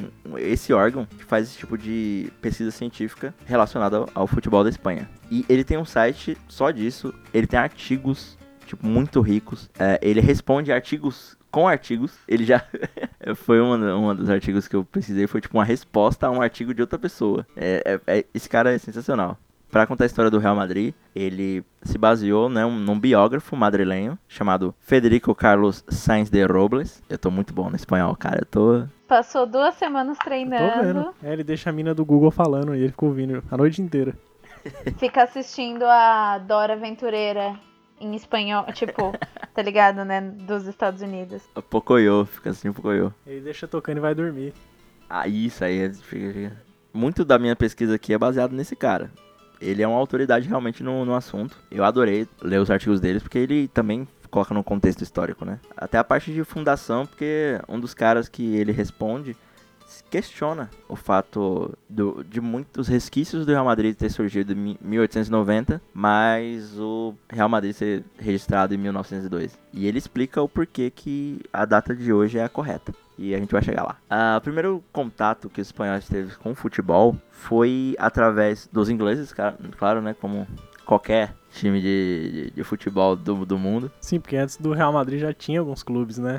esse órgão que faz esse tipo de pesquisa científica relacionada ao futebol da Espanha. E ele tem um site só disso. Ele tem artigos tipo muito ricos. Ele responde artigos com artigos. Ele já foi um dos artigos que eu pesquisei, foi tipo uma resposta a um artigo de outra pessoa. Esse cara é sensacional. Para contar a história do Real Madrid, ele se baseou, né, num biógrafo madrilenho chamado Federico Carlos Sainz de Robles. Eu tô muito bom no espanhol, cara. Passou 2 semanas Tô treinando. vendo. Ele deixa a mina do Google falando e ele ficou ouvindo a noite inteira. Fica assistindo a Dora Aventureira em espanhol, tipo, tá ligado, né? Dos Estados Unidos. Pocoyo, fica assim, Pocoyo. Ele deixa tocando e vai dormir. Ah, isso aí, fica. Muito da minha pesquisa aqui é baseado nesse cara. Ele é uma autoridade realmente no assunto. Eu adorei ler os artigos deles, porque ele também coloca no contexto histórico, né? Até a parte de fundação, porque um dos caras que ele responde questiona o fato de muitos resquícios do Real Madrid ter surgido em 1890, mas o Real Madrid ser registrado em 1902. E ele explica o porquê que a data de hoje é a correta. E a gente vai chegar lá. O primeiro contato que os espanhóis teve com o futebol foi através dos ingleses, claro, né? Como qualquer time de futebol do mundo. Sim, porque antes do Real Madrid já tinha alguns clubes, né?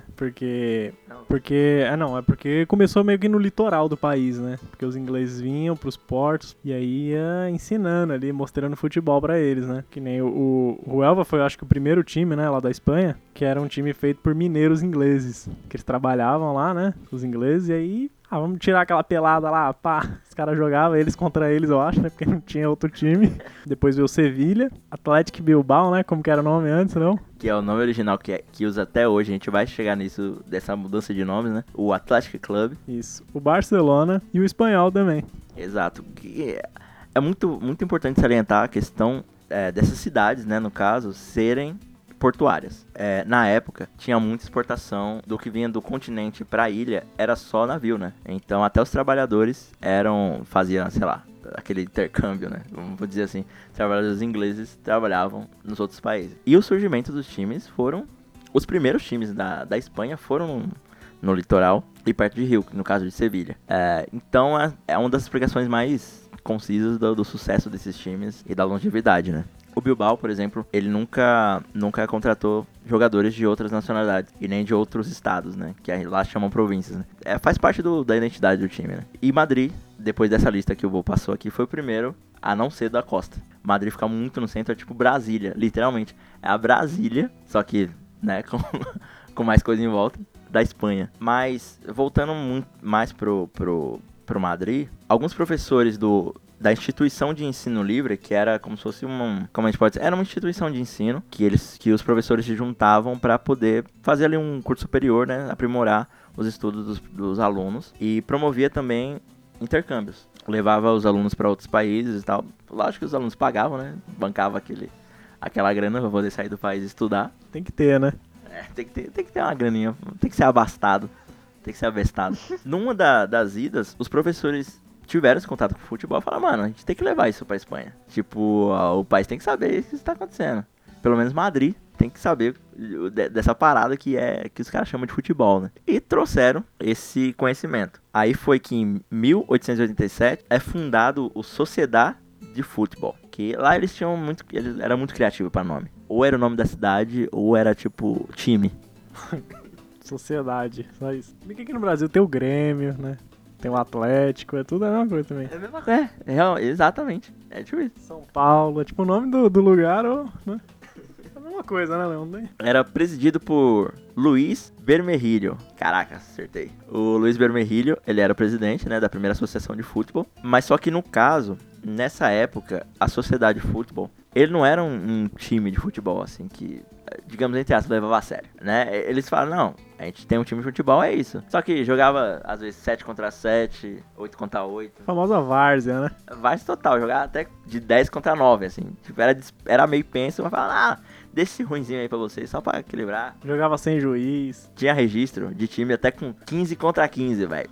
Porque começou meio que no litoral do país, né? Porque os ingleses vinham pros portos e aí ia ensinando ali, mostrando futebol pra eles, né? Que nem o Huelva foi, acho que o primeiro time, né, lá da Espanha, que era um time feito por mineiros ingleses, que eles trabalhavam lá, né, os ingleses, e aí vamos tirar aquela pelada lá, pá. Os caras jogavam eles contra eles, eu acho, né? Porque não tinha outro time. Depois veio o Sevilha, Atlético Bilbao, né? Como que era o nome antes, não? Que é o nome original que usa até hoje. A gente vai chegar nisso, dessa mudança de nomes, né? O Atlético Club. Isso. O Barcelona e o Espanhol também. Exato. Que é muito, muito importante salientar a questão dessas cidades, né? No caso, serem portuárias. Na época, tinha muita exportação do que vinha do continente pra ilha, era só navio, né? Então até os trabalhadores faziam, sei lá, aquele intercâmbio, né? Vamos dizer assim, trabalhadores ingleses trabalhavam nos outros países. E o surgimento dos times os primeiros times da Espanha foram no litoral e perto de Rio, no caso de Sevilha. Então é uma das explicações mais concisas do sucesso desses times e da longevidade, né? O Bilbao, por exemplo, ele nunca contratou jogadores de outras nacionalidades e nem de outros estados, né? Que lá chamam províncias, né? Faz parte da identidade do time, né? E Madrid, depois dessa lista que o Vô passou aqui, foi o primeiro a não ser da costa. Madrid fica muito no centro, é tipo Brasília, literalmente. É a Brasília, só que, né, com mais coisa em volta, da Espanha. Mas, voltando muito mais pro Madrid, alguns professores da instituição de ensino livre, que era como se fosse como a gente pode dizer, era uma instituição de ensino que os professores se juntavam para poder fazer ali um curso superior, né, aprimorar os estudos dos alunos, e promovia também intercâmbios, levava os alunos para outros países e tal. Lógico que os alunos pagavam, né, bancava aquela grana para poder sair do país e estudar. Tem que ter, né? Tem que ter uma graninha, tem que ser abastado, tem que ser abestado. Numa das idas, os professores tiveram esse contato com o futebol e falaram, mano, a gente tem que levar isso pra Espanha. Tipo, o país tem que saber o que está acontecendo. Pelo menos Madrid tem que saber dessa parada que os caras chamam de futebol, né? E trouxeram esse conhecimento. Aí foi que em 1887 é fundado o Sociedad de Futebol. Que lá eles era muito criativo pra nome. Ou era o nome da cidade, ou era tipo time. Sociedade, só isso. Porque aqui no Brasil tem o Grêmio, né? Tem o Atlético, é tudo a mesma coisa também. É a mesma coisa, exatamente. É tipo isso. São Paulo, é tipo o nome do lugar, né? É a mesma coisa, né, Leão? Era presidido por Luiz Bermejillo. Caraca, acertei. O Luiz Bermejillo, ele era o presidente, né, da primeira associação de futebol. Mas só que no caso, nessa época, a Sociedade de Futebol, ele não era um time de futebol, assim, que, digamos, entre aspas, levava a sério, né? Eles falam, não, a gente tem um time de futebol, é isso. Só que jogava, às vezes, 7 contra 7, 8 contra 8. A famosa várzea, né? Várzea total, jogava até de 10 contra 9, assim. Tipo, era meio penso, mas falava, deixa esse ruinzinho aí pra vocês, só pra equilibrar. Jogava sem juiz. Tinha registro de time até com 15 contra 15, velho.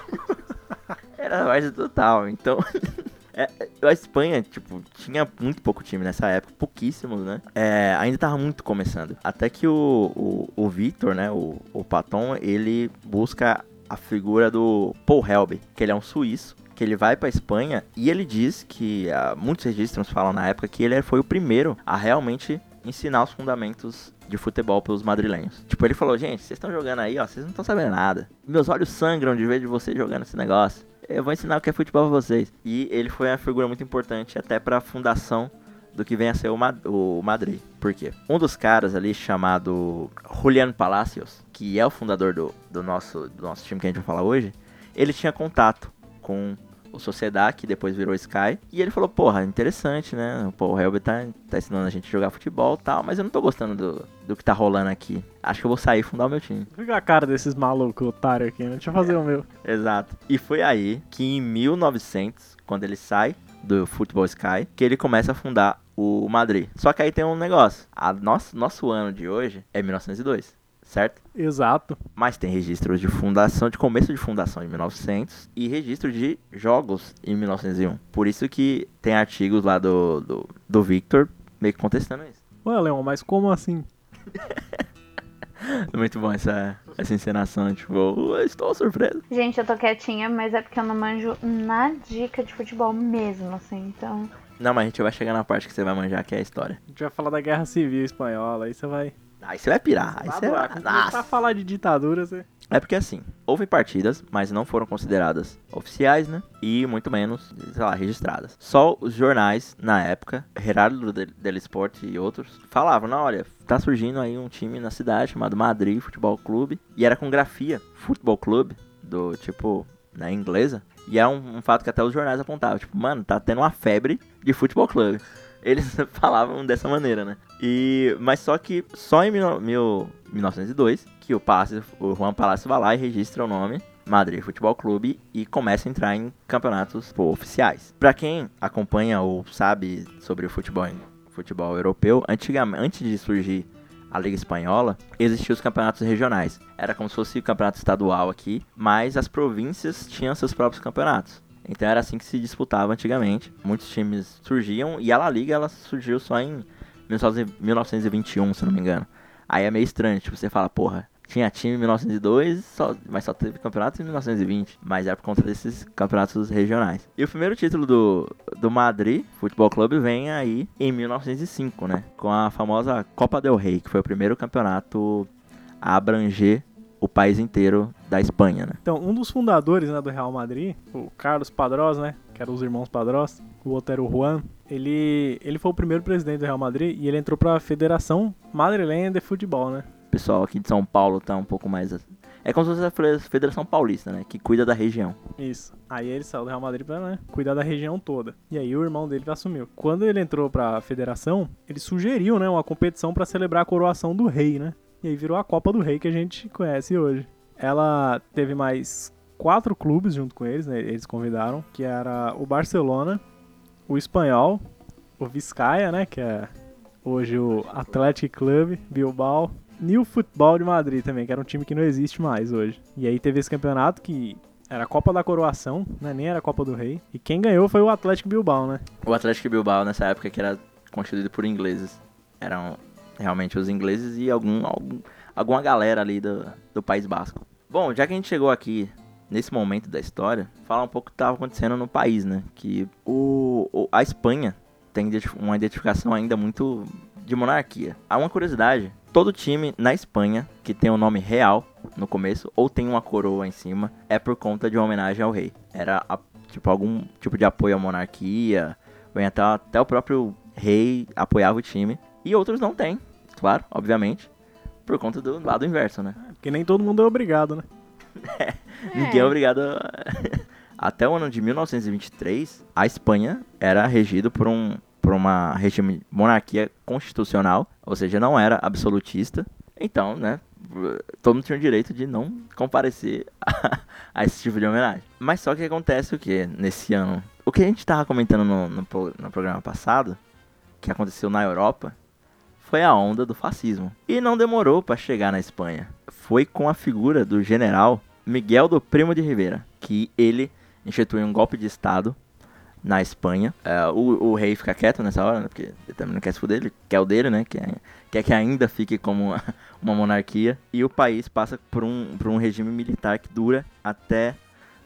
Era várzea total, então... A Espanha, tipo, tinha muito pouco time nessa época, pouquíssimos, né? Ainda tava muito começando. Até que o Victor, né, o Paton, ele busca a figura do Paul Helbe, que ele é um suíço, que ele vai pra Espanha e ele diz que, muitos registros falam na época, que ele foi o primeiro a realmente ensinar os fundamentos de futebol pros madrilenhos. Tipo, ele falou, gente, vocês estão jogando aí, ó, vocês não estão sabendo nada. Meus olhos sangram de ver de vocês jogando esse negócio. Eu vou ensinar o que é futebol pra vocês. E ele foi uma figura muito importante até pra fundação do que vem a ser o Madrid. Por quê? Um dos caras ali chamado Julián Palacios, que é o fundador do nosso time que a gente vai falar hoje, ele tinha contato com o Sociedad, que depois virou Sky, e ele falou, porra, interessante, né? O Helber tá ensinando a gente a jogar futebol e tal, mas eu não tô gostando do que tá rolando aqui. Acho que eu vou sair e fundar o meu time. Fica a cara desses malucos otários aqui, né? Deixa eu fazer o meu. Exato. E foi aí que em 1900, quando ele sai do Futebol Sky, que ele começa a fundar o Madrid. Só que aí tem um negócio. Nosso ano de hoje é 1902. Certo? Exato. Mas tem registros de fundação, de começo de fundação em 1900 e registro de jogos em 1901. Por isso que tem artigos lá do Victor meio que contestando isso. Ué, Leon, mas como assim? Muito bom essa encenação, tipo, eu estou surpreso. Gente, eu tô quietinha, mas é porque eu não manjo na dica de futebol mesmo, assim, então... Não, mas a gente vai chegar na parte que você vai manjar, que é a história. A gente vai falar da Guerra Civil Espanhola, aí você vai... Aí você vai pirar, aí você vai... Começar a falar de ditadura, você... É porque assim, houve partidas, mas não foram consideradas oficiais, né? E muito menos, sei lá, registradas. Só os jornais, na época, Heraldo del Sport e outros, falavam, não, olha, tá surgindo aí um time na cidade chamado Madrid Futebol Clube. E era com grafia, Futebol Clube, do tipo, na inglesa. E é um fato que até os jornais apontavam, tipo, mano, tá tendo uma febre de Futebol Clube. Eles falavam dessa maneira, né? Mas só que só em 1902 que o Juan Palacio vai lá e registra o nome Madrid Futebol Clube e começa a entrar em campeonatos oficiais. Pra quem acompanha ou sabe sobre o futebol europeu, antes de surgir a Liga Espanhola, existiam os campeonatos regionais. Era como se fosse o campeonato estadual aqui, mas as províncias tinham seus próprios campeonatos. Então era assim que se disputava antigamente. Muitos times surgiam e a La Liga ela surgiu só em 1921, se não me engano. Aí é meio estranho, tipo, você fala, porra, tinha time em 1902, mas só teve campeonato em 1920. Mas é por conta desses campeonatos regionais. E o primeiro título do Madrid Futebol Clube vem aí em 1905, né? Com a famosa Copa del Rey, que foi o primeiro campeonato a abranger o país inteiro da Espanha, né? Então, um dos fundadores, né, do Real Madrid, o Carlos Padrós, né, que eram os irmãos Padrós, o outro era o Juan, ele foi o primeiro presidente do Real Madrid e ele entrou para a Federação Madrilenha de Futebol, né? O pessoal aqui de São Paulo tá um pouco mais... É como se fosse a Federação Paulista, né? Que cuida da região. Isso. Aí ele saiu do Real Madrid pra, né, cuidar da região toda. E aí o irmão dele assumiu. Quando ele entrou pra federação, ele sugeriu, né, uma competição pra celebrar a coroação do rei, né? E aí virou a Copa do Rei que a gente conhece hoje. Ela teve mais 4 clubes junto com eles, né? Eles convidaram, que era o Barcelona, o Espanhol, o Vizcaya, né? Que é hoje o Athletic Club Bilbao, e o Futebol de Madrid também, que era um time que não existe mais hoje. E aí teve esse campeonato que era a Copa da Coroação, né? Nem era a Copa do Rei. E quem ganhou foi o Athletic Bilbao, né? O Athletic Bilbao nessa época que era constituído por ingleses. Eram realmente os ingleses e alguma galera ali do País Basco. Bom, já que a gente chegou aqui nesse momento da história, falar um pouco do que estava acontecendo no país, né? Que a Espanha tem uma identificação ainda muito de monarquia. Há uma curiosidade, todo time na Espanha que tem o nome real no começo ou tem uma coroa em cima é por conta de uma homenagem ao rei. Era algum tipo de apoio à monarquia, bem, até o próprio rei apoiava o time. E outros não tem, claro, obviamente, por conta do lado inverso, né? Porque nem todo mundo é obrigado, né? Ninguém é obrigado a... Até o ano de 1923, a Espanha era regida por uma regime monarquia constitucional, ou seja, não era absolutista. Então, né, todo mundo tinha o direito de não comparecer a esse tipo de homenagem. Mas só que acontece o que nesse ano? O que a gente estava comentando no programa passado, que aconteceu na Europa, foi a onda do fascismo. E não demorou para chegar na Espanha. Foi com a figura do general Miguel do Primo de Rivera, que ele instituiu um golpe de Estado na Espanha. O rei fica quieto nessa hora, né, porque ele também não quer se fuder, ele quer o dele, né, quer que ainda fique como uma monarquia. E o país passa por um regime militar que dura até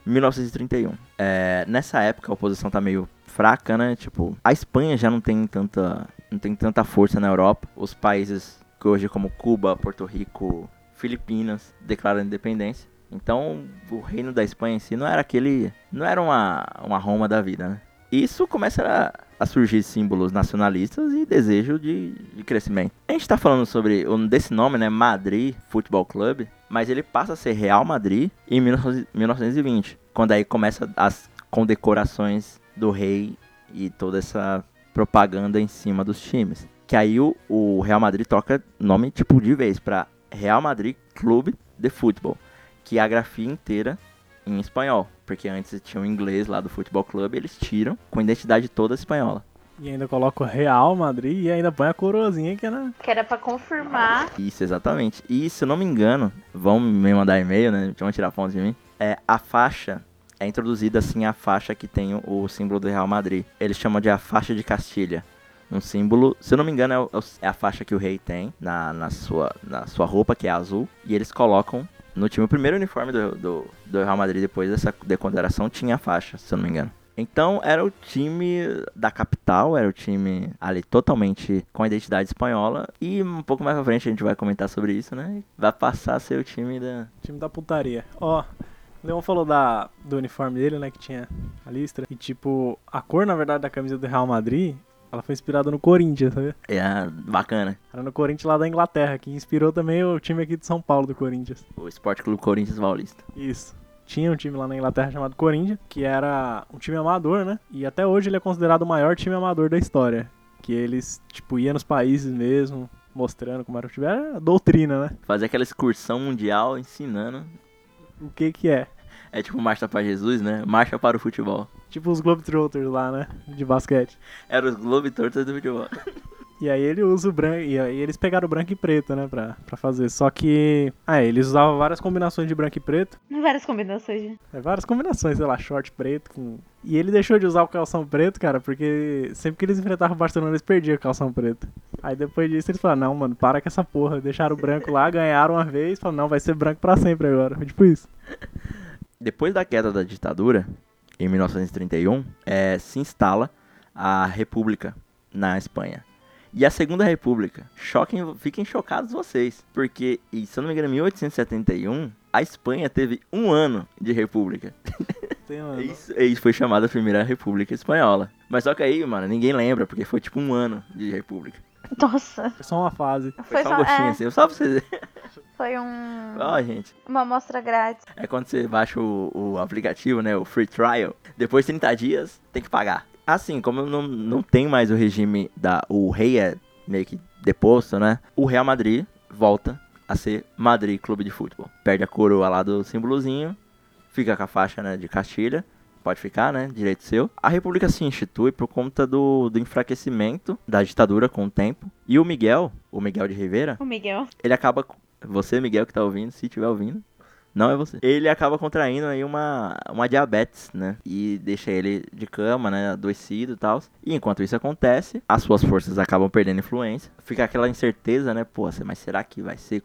1931. Nessa época a oposição tá meio fraca, né, tipo, a Espanha já não tem tanta força na Europa. Os países que hoje como Cuba, Porto Rico, Filipinas declaram independência. Então o reino da Espanha em si não era uma Roma da vida, né? Isso começa a surgir símbolos nacionalistas e desejo de crescimento. A gente tá falando desse nome, né, Madrid Futebol Clube, mas ele passa a ser Real Madrid em 1920, quando aí começa as condecorações do rei e toda essa propaganda em cima dos times. Que aí o Real Madrid troca nome tipo de vez para Real Madrid Clube de Futebol, que é a grafia inteira em espanhol, porque antes tinha o inglês lá do Futebol Clube, eles tiram com a identidade toda espanhola. E ainda coloca o Real Madrid e ainda põe a coroazinha que era pra confirmar. Isso, exatamente. E se eu não me engano, vão me mandar e-mail, né, vão tirar fotos de mim, a faixa é introduzida assim, a faixa que tem o símbolo do Real Madrid. Eles chamam de a faixa de Castilha. Um símbolo, se eu não me engano, é a faixa que o rei tem na sua roupa, que é azul, e eles colocam no time. O primeiro uniforme do Real Madrid, depois dessa deconsideração, tinha a faixa, se eu não me engano. Então, era o time da capital, era o time ali totalmente com a identidade espanhola. E um pouco mais pra frente a gente vai comentar sobre isso, né? Vai passar a ser o time da putaria. Ó, o Leon falou do uniforme dele, né, que tinha a listra. E, tipo, a cor, na verdade, da camisa do Real Madrid, ela foi inspirada no Corinthians, sabe? Bacana. Era no Corinthians lá da Inglaterra, que inspirou também o time aqui de São Paulo do Corinthians. O Sport Clube Corinthians Paulista. Isso. Tinha um time lá na Inglaterra chamado Corinthians, que era um time amador, né? E até hoje ele é considerado o maior time amador da história. Que eles, tipo, iam nos países mesmo, mostrando como era o time. Era doutrina, né? Fazer aquela excursão mundial ensinando. O que é? É tipo Marcha para Jesus, né? Marcha para o futebol. Tipo os Globetrotters lá, né? De basquete. Era os Globetrotters do futebol. E aí ele usa o branco, e aí eles pegaram o branco e preto, né, pra fazer. Só que, eles usavam várias combinações de branco e preto. Várias combinações, né? Várias combinações, sei lá, short preto com... E ele deixou de usar o calção preto, cara, porque sempre que eles enfrentavam o Barcelona, eles perdiam o calção preto. Aí depois disso eles falaram, não, mano, para com essa porra. Deixaram o branco lá, ganharam uma vez, falaram, não, vai ser branco pra sempre agora. Foi tipo isso. Depois da queda da ditadura, em 1931, se instala a República na Espanha. E a Segunda República, fiquem chocados vocês, porque, se eu não me engano, em 1871, a Espanha teve 1 ano de república. Isso foi chamada a Primeira República Espanhola. Mas só que aí, mano, ninguém lembra, porque foi tipo 1 ano de república. Nossa. Foi só uma fase. Foi só um gostinho assim, só pra vocês verem. Foi Gente. uma amostra grátis. É quando você baixa o aplicativo, né, o Free Trial, depois de 30 dias, tem que pagar. Assim, como não tem mais o regime o rei é meio que deposto, né? O Real Madrid volta a ser Madrid Clube de Futebol. Perde a coroa lá do símbolozinho, fica com a faixa, né, de Castilha. Pode ficar, né? Direito seu. A República se institui por conta do enfraquecimento da ditadura com o tempo. E o Miguel de Rivera, ele acaba... Você, Miguel, que tá ouvindo, se estiver ouvindo, não é você. Ele acaba contraindo aí uma diabetes, né? E deixa ele de cama, né? Adoecido e tal. E enquanto isso acontece, as suas forças acabam perdendo influência. Fica aquela incerteza, né? Pô, mas será que vai ser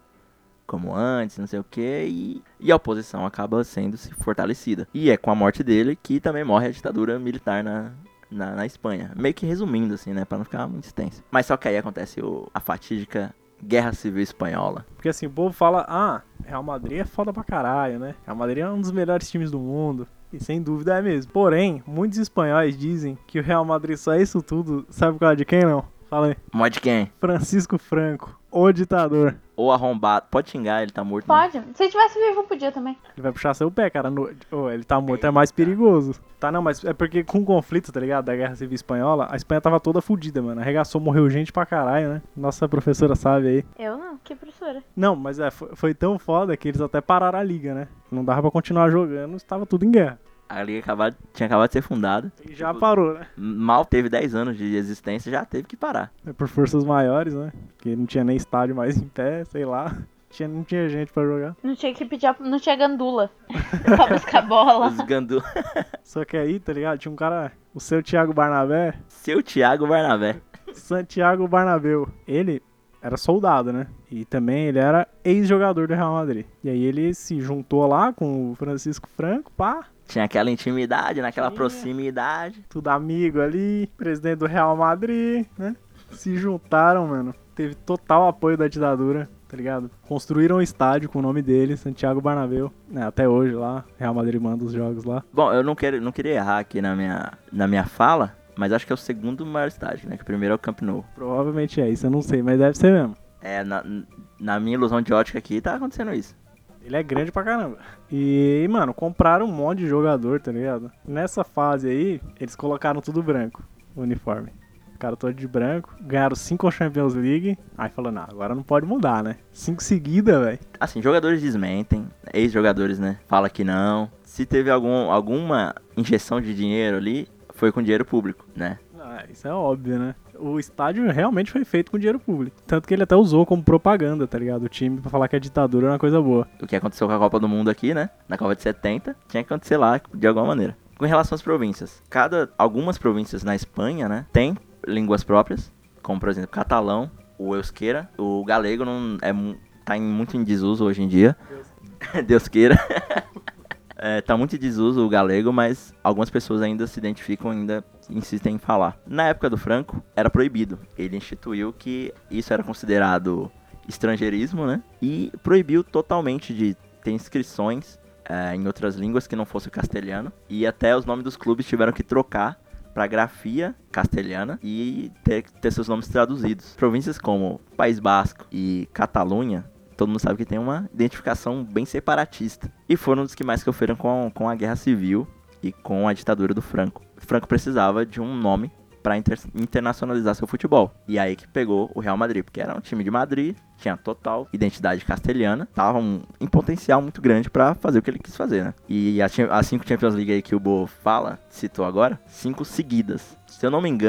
como antes, não sei o que, e a oposição acaba sendo se fortalecida. E é com a morte dele que também morre a ditadura militar na Espanha. Meio que resumindo, assim, né, pra não ficar muito extenso. Mas só que aí acontece a fatídica Guerra Civil Espanhola. Porque assim, o povo fala, Real Madrid é foda pra caralho, né? Real Madrid é um dos melhores times do mundo. E sem dúvida é mesmo. Porém, muitos espanhóis dizem que o Real Madrid só é isso tudo. Sabe por causa de quem, não? Fala aí. Mod de quem? Francisco Franco, o ditador. Ou arrombado. Pode xingar, ele tá morto. Pode. Né? Se ele tivesse vivo, podia também. Ele vai puxar seu pé, cara. Ele tá morto, é mais perigoso. Tá, não, mas é porque com o conflito, tá ligado? Da Guerra Civil Espanhola, a Espanha tava toda fodida, mano. Arregaçou, morreu gente pra caralho, né? Nossa professora sabe aí. Eu não, que professora? Não, mas foi tão foda que eles até pararam a liga, né? Não dava pra continuar jogando, estava tudo em guerra. A liga tinha acabado de ser fundada. E já parou, né? Mal teve 10 anos de existência, já teve que parar. É por forças maiores, né? Porque não tinha nem estádio mais em pé, sei lá. Não tinha gente pra jogar. Não tinha gandula pra buscar bola. Os gandu. Só que aí, tá ligado? Tinha um cara, o seu Thiago Barnabé. Seu Thiago Barnabé. Santiago Bernabéu. Ele era soldado, né? E também ele era ex-jogador do Real Madrid. E aí ele se juntou lá com o Francisco Franco, pá. Tinha aquela intimidade, naquela proximidade. Tudo amigo ali, presidente do Real Madrid, né? Se juntaram, mano. Teve total apoio da ditadura, tá ligado? Construíram um estádio com o nome dele, Santiago Bernabéu. Até hoje lá, Real Madrid manda os jogos lá. Bom, eu não queria errar aqui na minha fala, mas acho que é o segundo maior estádio, né? Que o primeiro é o Camp Nou. Provavelmente é isso, eu não sei, mas deve ser mesmo. Na minha ilusão de ótica aqui, tá acontecendo isso. Ele é grande pra caramba. E, mano, compraram um monte de jogador, tá ligado? Nessa fase aí, eles colocaram tudo branco, o uniforme. Ficaram todos de branco, ganharam 5 Champions League. Aí falou, não, agora não pode mudar, né? 5 seguidas, velho. Assim, jogadores desmentem, ex-jogadores, né? Fala que não. Se teve alguma injeção de dinheiro ali, foi com dinheiro público, né? Isso é óbvio, né? O estádio realmente foi feito com dinheiro público. Tanto que ele até usou como propaganda, tá ligado? O time pra falar que a ditadura é uma coisa boa. O que aconteceu com a Copa do Mundo aqui, né? Na Copa de 70, tinha que acontecer lá de alguma maneira. Com relação às províncias. Algumas províncias na Espanha, né? Tem línguas próprias, como por exemplo catalão, o euskera. O galego tá muito em desuso hoje em dia. Deus queira. Tá muito em desuso o galego, mas algumas pessoas ainda se identificam, ainda insistem em falar. Na época do Franco, era proibido. Ele instituiu que isso era considerado estrangeirismo, né? E proibiu totalmente de ter inscrições em outras línguas que não fosse o castelhano. E até os nomes dos clubes tiveram que trocar para grafia castelhana e ter seus nomes traduzidos. Províncias como País Basco e Catalunha, todo mundo sabe que tem uma identificação bem separatista. E foram os que mais sofreram com a Guerra Civil e com a ditadura do Franco. O Franco precisava de um nome para internacionalizar seu futebol. E aí que pegou o Real Madrid, porque era um time de Madrid, tinha total identidade castelhana, tava em potencial muito grande para fazer o que ele quis fazer, né? E as 5 Champions League aí que o Bo citou agora, 5 seguidas. Se eu não me engano,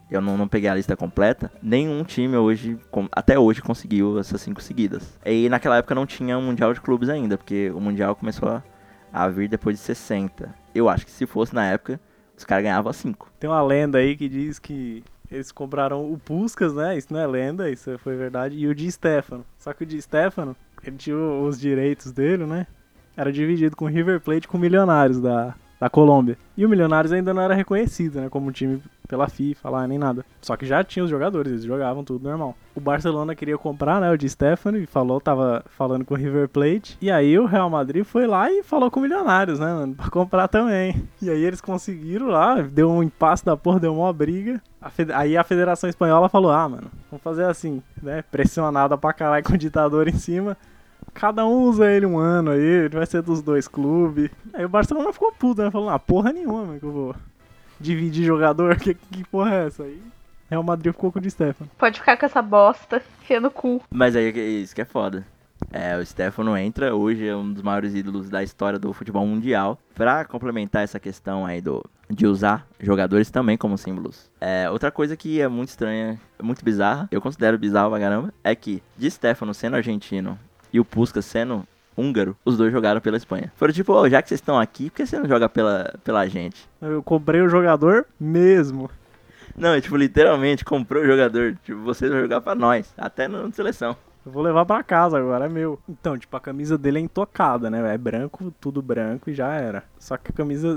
eu não peguei a lista completa, nenhum time hoje, até hoje, conseguiu essas 5 seguidas. E naquela época não tinha um Mundial de Clubes ainda, porque o Mundial começou a vir depois de 60. Eu acho que se fosse na época, os caras ganhavam 5. Tem uma lenda aí que diz que eles compraram o Puskás, né? Isso não é lenda, isso foi verdade. E o Di Stéfano. Só que o Di Stéfano, ele tinha os direitos dele, né? Era dividido com o River Plate e com o Milionários da Colômbia. E o Milionários ainda não era reconhecido, né? Como time pela FIFA lá, nem nada. Só que já tinha os jogadores, eles jogavam tudo normal. O Barcelona queria comprar, né? O Di Stéfano e tava falando com o River Plate. E aí o Real Madrid foi lá e falou com o Milionários, né, mano? Pra comprar também. E aí eles conseguiram lá, deu um impasse da porra, deu uma briga. Aí a Federação Espanhola falou, mano, vamos fazer assim, né? Pressionada pra caralho com o ditador em cima. Cada um usa ele um ano aí, ele vai ser dos 2 clubes. Aí o Barcelona ficou puto, né? Falou, porra nenhuma, mano, que eu vou dividir jogador, que porra é essa aí? Real Madrid ficou com o Di Stéfano. Pode ficar com essa bosta, enfia no cu. Mas aí isso que é foda. O Stéfano entra, hoje é um dos maiores ídolos da história do futebol mundial. Pra complementar essa questão aí de usar jogadores também como símbolos. Outra coisa que é muito estranha, muito bizarra, eu considero bizarro pra caramba, é que Di Stéfano sendo argentino e o Puskás sendo húngaro, os dois jogaram pela Espanha. Foram tipo, já que vocês estão aqui, por que você não joga pela gente? Eu comprei o jogador mesmo. Não, tipo, literalmente, comprou o jogador. Tipo, vocês vão jogar pra nós, até na seleção. Eu vou levar pra casa agora, é meu. Então, tipo, a camisa dele é intocada, né? É branco, tudo branco e já era. Só que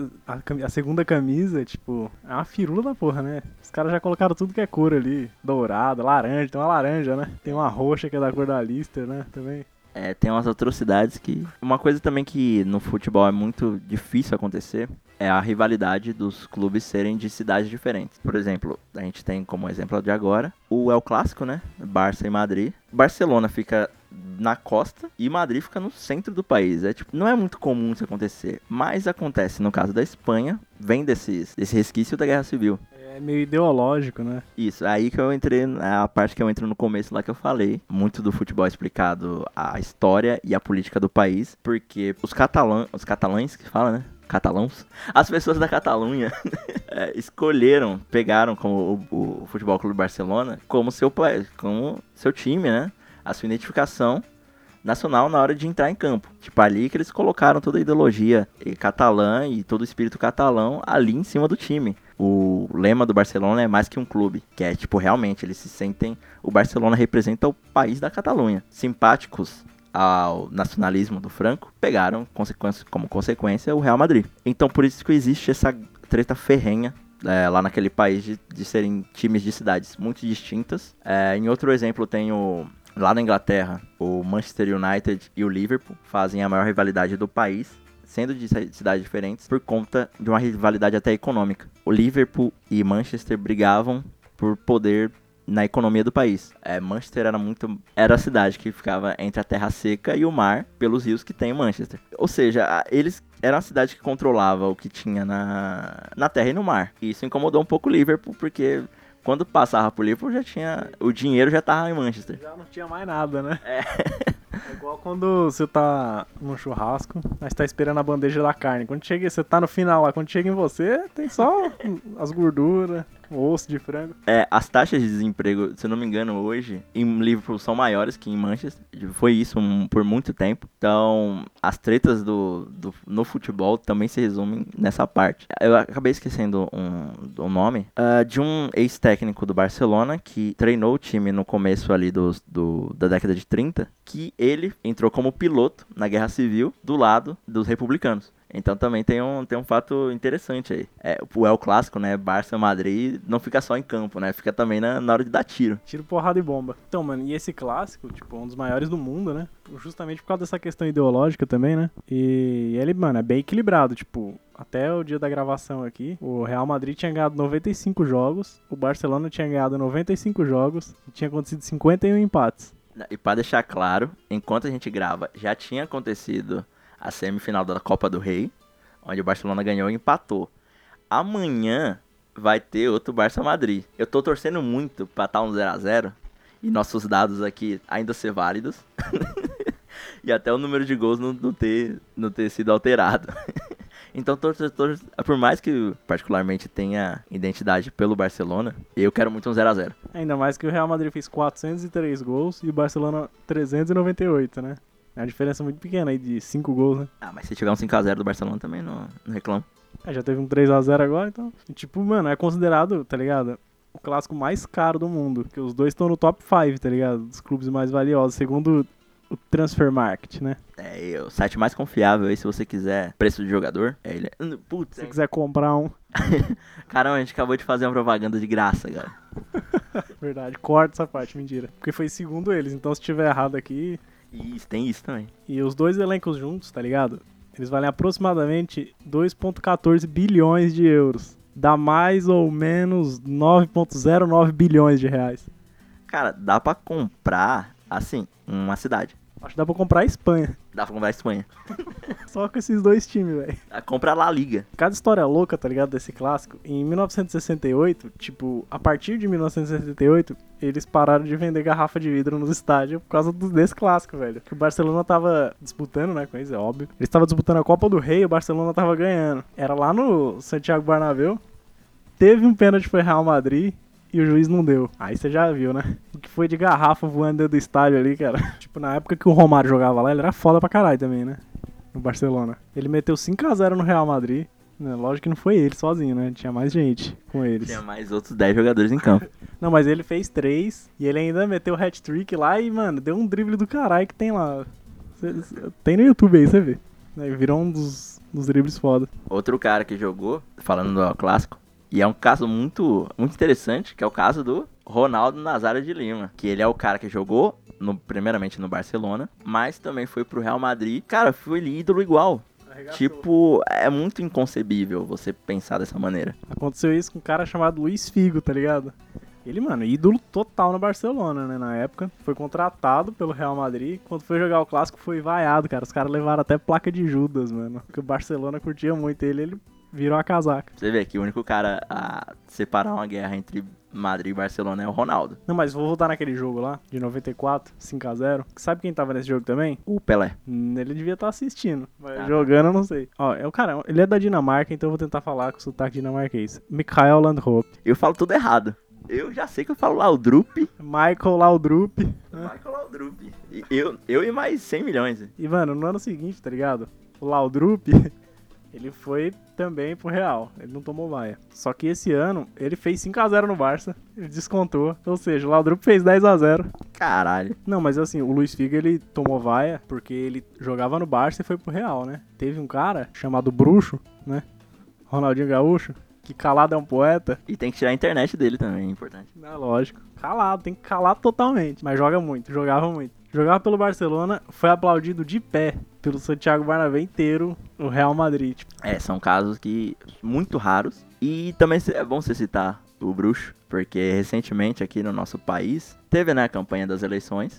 a segunda camisa, tipo, é uma firula da porra, né? Os caras já colocaram tudo que é cor ali. Dourado, laranja, tem uma laranja, né? Tem uma roxa que é da cor da Lister, né? Também. Tem umas atrocidades que... Uma coisa também que no futebol é muito difícil acontecer é a rivalidade dos clubes serem de cidades diferentes. Por exemplo, a gente tem como exemplo de agora o El Clássico, né? Barça e Madrid. Barcelona fica na costa e Madrid fica no centro do país. Não é muito comum isso acontecer, mas acontece no caso da Espanha, vem desse resquício da Guerra Civil. É meio ideológico, né? Isso, aí que eu entrei, a parte que eu entro no começo lá que eu falei. Muito do futebol é explicado a história e a política do país, porque os catalães que falam, né? Catalãos, as pessoas da Catalunha pegaram como o Futebol Clube Barcelona como seu time, né? A sua identificação nacional na hora de entrar em campo. Tipo, ali que eles colocaram toda a ideologia catalã e todo o espírito catalão ali em cima do time. O lema do Barcelona é mais que um clube, que é tipo, realmente, eles se sentem... O Barcelona representa o país da Catalunha. Simpáticos ao nacionalismo do Franco, pegaram como consequência o Real Madrid. Então por isso que existe essa treta ferrenha lá naquele país de serem times de cidades muito distintas. Em outro exemplo tem lá na Inglaterra, o Manchester United e o Liverpool fazem a maior rivalidade do país, sendo de cidades diferentes por conta de uma rivalidade até econômica. O Liverpool e Manchester brigavam por poder na economia do país. Manchester era a cidade que ficava entre a terra seca e o mar, pelos rios que tem em Manchester. Ou seja, eles eram a cidade que controlava o que tinha na terra e no mar. E isso incomodou um pouco o Liverpool, porque quando passava por Liverpool o dinheiro já tava em Manchester. Já não tinha mais nada, né? É igual quando você tá num churrasco, mas tá esperando a bandeja da carne. Quando chega, você tá no final lá, quando chega em você, tem só as gorduras, o osso de frango. As taxas de desemprego, se eu não me engano, hoje, em Liverpool são maiores que em Manchester. Foi isso por muito tempo. Então, as tretas no futebol também se resumem nessa parte. Eu acabei esquecendo o nome de um ex-técnico do Barcelona que treinou o time no começo ali da década de 30, que ele entrou como piloto na Guerra Civil do lado dos republicanos. Então também tem um fato interessante aí. O El Clássico, né? Barça, Madrid, não fica só em campo, né? Fica também na hora de dar tiro. Tiro, porrada e bomba. Então, mano, e esse clássico, tipo, um dos maiores do mundo, né? Justamente por causa dessa questão ideológica também, né? E ele, mano, é bem equilibrado, tipo... Até o dia da gravação aqui, o Real Madrid tinha ganhado 95 jogos, o Barcelona tinha ganhado 95 jogos e tinha acontecido 51 empates. E pra deixar claro, enquanto a gente grava, já tinha acontecido a semifinal da Copa do Rei, onde o Barcelona ganhou e empatou. Amanhã vai ter outro Barça-Madrid. Eu tô torcendo muito pra estar um 0x0 e nossos dados aqui ainda ser válidos. E até o número de gols não ter sido alterado. Então, torcedor, por mais que particularmente tenha identidade pelo Barcelona, eu quero muito um 0x0. Ainda mais que o Real Madrid fez 403 gols e o Barcelona 398, né? É uma diferença muito pequena aí de 5 gols, né? Ah, mas se tiver um 5x0 do Barcelona também não reclamo. Já teve um 3x0 agora, então... E, tipo, mano, é considerado, tá ligado? O clássico mais caro do mundo. Porque os dois estão no top 5, tá ligado? Dos clubes mais valiosos, segundo o Transfer Market, né? É o site mais confiável aí, se você quiser preço de jogador. É ele. Putz, Se você quiser comprar um... Caramba, a gente acabou de fazer uma propaganda de graça, cara. Verdade, corta essa parte, mentira. Porque foi segundo eles, então se tiver errado aqui... Isso, tem isso também. E os dois elencos juntos, tá ligado? Eles valem aproximadamente 2,14 bilhões de euros. Dá mais ou menos 9,09 bilhões de reais. Cara, dá pra comprar, assim, uma cidade. Acho que dá pra comprar a Espanha. Dá pra comprar a Espanha. Só com esses dois times, velho. Dá pra comprar a La Liga. Cada história louca, tá ligado, desse clássico. Em 1968, tipo, a partir de 1968, eles pararam de vender garrafa de vidro nos estádios por causa desse clássico, velho. Que o Barcelona tava disputando, né, com eles, é óbvio. Eles estavam disputando a Copa do Rei e o Barcelona tava ganhando. Era lá no Santiago Bernabéu. Teve um pênalti pro Real Madrid e o juiz não deu. Aí você já viu, né? O que foi de garrafa voando dentro do estádio ali, cara. Tipo, na época que o Romário jogava lá, ele era foda pra caralho também, né? No Barcelona. Ele meteu 5x0 no Real Madrid. Né? Lógico que não foi ele sozinho, né? Tinha mais gente com eles. Tinha mais outros 10 jogadores em campo. Não, mas ele fez 3 e ele ainda meteu o hat-trick lá e, mano, deu um drible do caralho que tem lá. Tem no YouTube aí, você vê. Virou um dos dribles foda. Outro cara que jogou, falando do clássico, e é um caso muito, muito interessante, que é o caso do Ronaldo Nazário de Lima. Que ele é o cara que jogou, primeiramente no Barcelona, mas também foi pro Real Madrid. Cara, foi ídolo igual. Tipo, é muito inconcebível você pensar dessa maneira. Aconteceu isso com um cara chamado Luiz Figo, tá ligado? Ele, mano, ídolo total no Barcelona, né, na época. Foi contratado pelo Real Madrid. Quando foi jogar o clássico, foi vaiado, cara. Os caras levaram até placa de Judas, mano. Porque o Barcelona curtia muito ele virou a casaca. Você vê que o único cara a separar uma guerra entre Madrid e Barcelona é o Ronaldo. Não, mas vou voltar naquele jogo lá, de 94, 5x0. Sabe quem tava nesse jogo também? O Pelé. Ele devia estar assistindo, mas jogando eu não sei. Ó, o cara, ele é da Dinamarca, então eu vou tentar falar com o sotaque dinamarquês. Mikael Landrup. Eu falo tudo errado. Eu já sei que eu falo Laudrup. Michael Laudrup. Michael Laudrup. Eu e mais 100 milhões. E, mano, no ano seguinte, tá ligado? O Laudrup, ele foi também pro Real. Ele não tomou vaia. Só que esse ano, ele fez 5x0 no Barça. Ele descontou. Ou seja, o Laudrup fez 10x0. Caralho. Não, mas assim, o Luiz Figo, ele tomou vaia porque ele jogava no Barça e foi pro Real, né? Teve um cara chamado Bruxo, né? Ronaldinho Gaúcho. Que calado é um poeta. E tem que tirar a internet dele também, é importante. Não, lógico. Calado, tem que calar totalmente. Mas joga muito, jogava muito. Jogava pelo Barcelona, foi aplaudido de pé pelo Santiago Bernabéu inteiro, o Real Madrid. Tipo. São casos que muito raros. E também é bom você citar o Bruxo, porque recentemente aqui no nosso país teve, né, a campanha das eleições.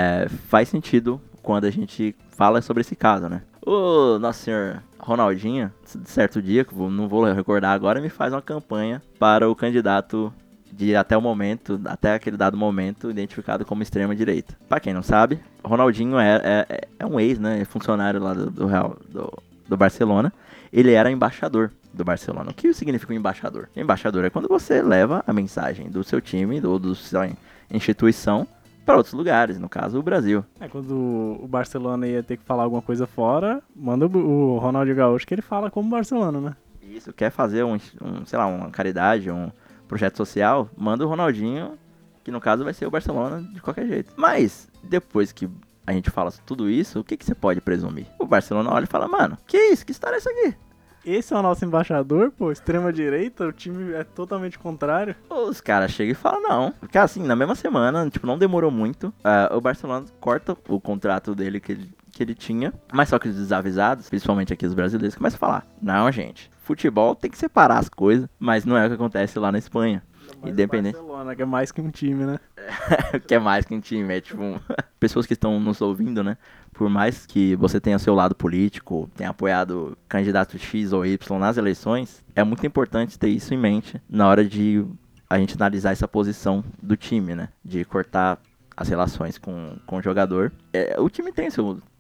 Faz sentido quando a gente fala sobre esse caso, né? O nosso senhor Ronaldinho, certo dia, que não vou recordar agora, me faz uma campanha para o candidato de até aquele dado momento, identificado como extrema-direita. Pra quem não sabe, Ronaldinho é um ex, né, é funcionário lá do Real, do Barcelona. Ele era embaixador do Barcelona. O que significa um embaixador? Embaixador é quando você leva a mensagem do seu time, do sua instituição, para outros lugares, no caso o Brasil. Quando o Barcelona ia ter que falar alguma coisa fora, manda o Ronaldinho Gaúcho que ele fala como Barcelona, né? Isso, quer fazer sei lá, uma caridade, um projeto social, manda o Ronaldinho, que no caso vai ser o Barcelona de qualquer jeito. Mas, depois que a gente fala tudo isso, o que você pode presumir? O Barcelona olha e fala, mano, que isso? Que história é essa aqui? Esse é o nosso embaixador, pô, extrema-direita, o time é totalmente contrário. Os caras chegam e falam, não. Porque assim, na mesma semana, tipo, não demorou muito, o Barcelona corta o contrato dele que ele tinha, mas só que os desavisados, principalmente aqui os brasileiros, começam a falar, não, gente, futebol tem que separar as coisas, mas não é o que acontece lá na Espanha. Independente. Barcelona, que é mais que um time, né? Que é mais que um time, é tipo... Pessoas que estão nos ouvindo, né? Por mais que você tenha seu lado político, tenha apoiado candidato X ou Y nas eleições, é muito importante ter isso em mente na hora de a gente analisar essa posição do time, né? De cortar as relações com o jogador. O time tem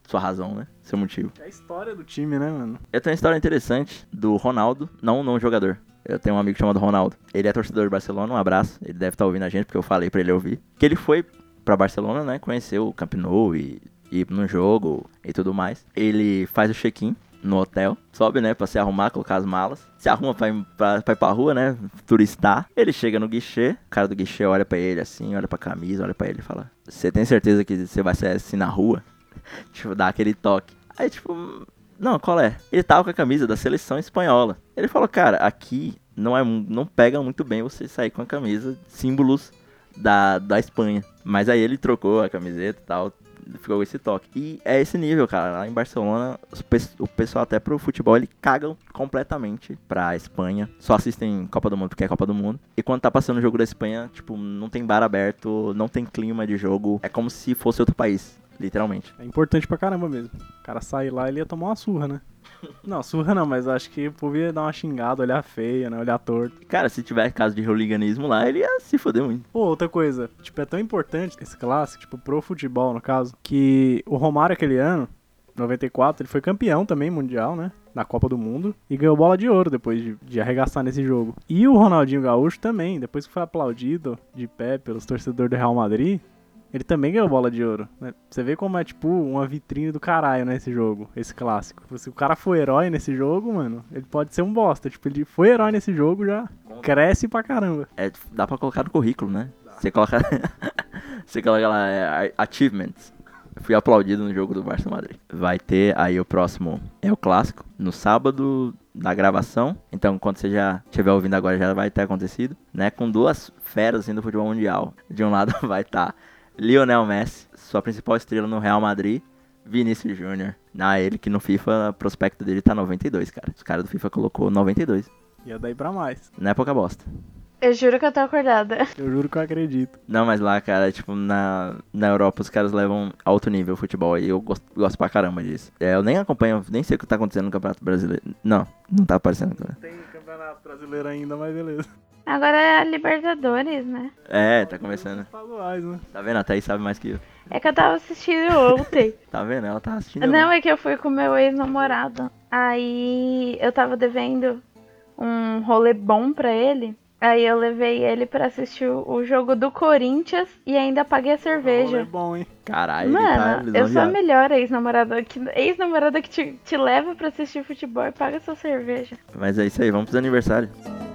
sua razão, né? Seu motivo. É a história do time, né, mano? Eu tenho uma história interessante do Ronaldo, não jogador. Eu tenho um amigo chamado Ronaldo. Ele é torcedor do Barcelona, um abraço. Ele deve estar ouvindo a gente, porque eu falei pra ele ouvir. Que ele foi pra Barcelona, né? Conheceu o Camp Nou e ir no jogo e tudo mais. Ele faz o check-in no hotel, sobe, né, pra se arrumar, colocar as malas, se arruma pra ir pra rua, né, turistar. Ele chega no guichê, o cara do guichê olha pra ele assim, olha pra camisa, olha pra ele e fala: você tem certeza que você vai sair assim na rua? Tipo, dá aquele toque. Aí, tipo, não, qual é? Ele tava com a camisa da seleção espanhola. Ele falou: cara, aqui não pega muito bem você sair com a camisa, símbolos da Espanha. Mas aí ele trocou a camiseta e tal, ficou com esse toque. E é esse nível, cara. Lá em Barcelona, o pessoal até pro futebol, ele caga completamente pra Espanha. Só assistem Copa do Mundo porque é Copa do Mundo. E quando tá passando o jogo da Espanha, tipo, não tem bar aberto, não tem clima de jogo. É como se fosse outro país, literalmente. É importante pra caramba mesmo. O cara sair lá, ele ia tomar uma surra, né? Não, surra não, mas acho que o povo ia dar uma xingada, olhar feia, né? Olhar torto. Cara, se tiver caso de hooliganismo lá, ele ia se foder muito. Pô, outra coisa, tipo, é tão importante esse clássico, tipo, pro futebol, no caso, que o Romário aquele ano, 94, ele foi campeão também mundial, né? Na Copa do Mundo. E ganhou bola de ouro depois de arregaçar nesse jogo. E o Ronaldinho Gaúcho também, depois que foi aplaudido de pé pelos torcedores do Real Madrid, ele também ganhou bola de ouro, né? Você vê como é, tipo, uma vitrine do caralho, né, esse jogo, esse clássico. Se o cara for herói nesse jogo, mano, ele pode ser um bosta. Tipo, ele foi herói nesse jogo, já cresce pra caramba. Dá pra colocar no currículo, né? Você coloca... Você coloca lá, achievements. Eu fui aplaudido no jogo do Barça Madrid. Vai ter aí o próximo, é o clássico, no sábado da gravação. Então, quando você já estiver ouvindo agora, já vai ter acontecido, né? Com duas feras, assim, do futebol mundial. De um lado vai estar Lionel Messi, sua principal estrela no Real Madrid, Vinícius Júnior. Ele que no FIFA, o prospecto dele tá 92, cara. Os caras do FIFA colocou 92. Ia daí pra mais. Não é pouca bosta. Eu juro que eu tô acordada. Eu juro que eu acredito. Não, mas lá, cara, tipo, na Europa os caras levam alto nível o futebol e eu gosto pra caramba disso. Eu nem acompanho, nem sei o que tá acontecendo no Campeonato Brasileiro. Não tá aparecendo agora. Tem Campeonato Brasileiro ainda, mas beleza. Agora é a Libertadores, né? Tá começando. Estaduais, né? Tá vendo? A Thaís sabe mais que eu. É que eu tava assistindo ontem. Tá vendo? Ela tá assistindo. Não, é que eu fui com meu ex-namorado. Aí eu tava devendo um rolê bom pra ele. Aí eu levei ele pra assistir o jogo do Corinthians e ainda paguei a cerveja. É bom, hein? Caralho, Mano, ele tá eu sou a lisonjeado. melhor ex-namorada que te leva pra assistir futebol e paga sua cerveja. Mas é isso aí, vamos pros aniversários.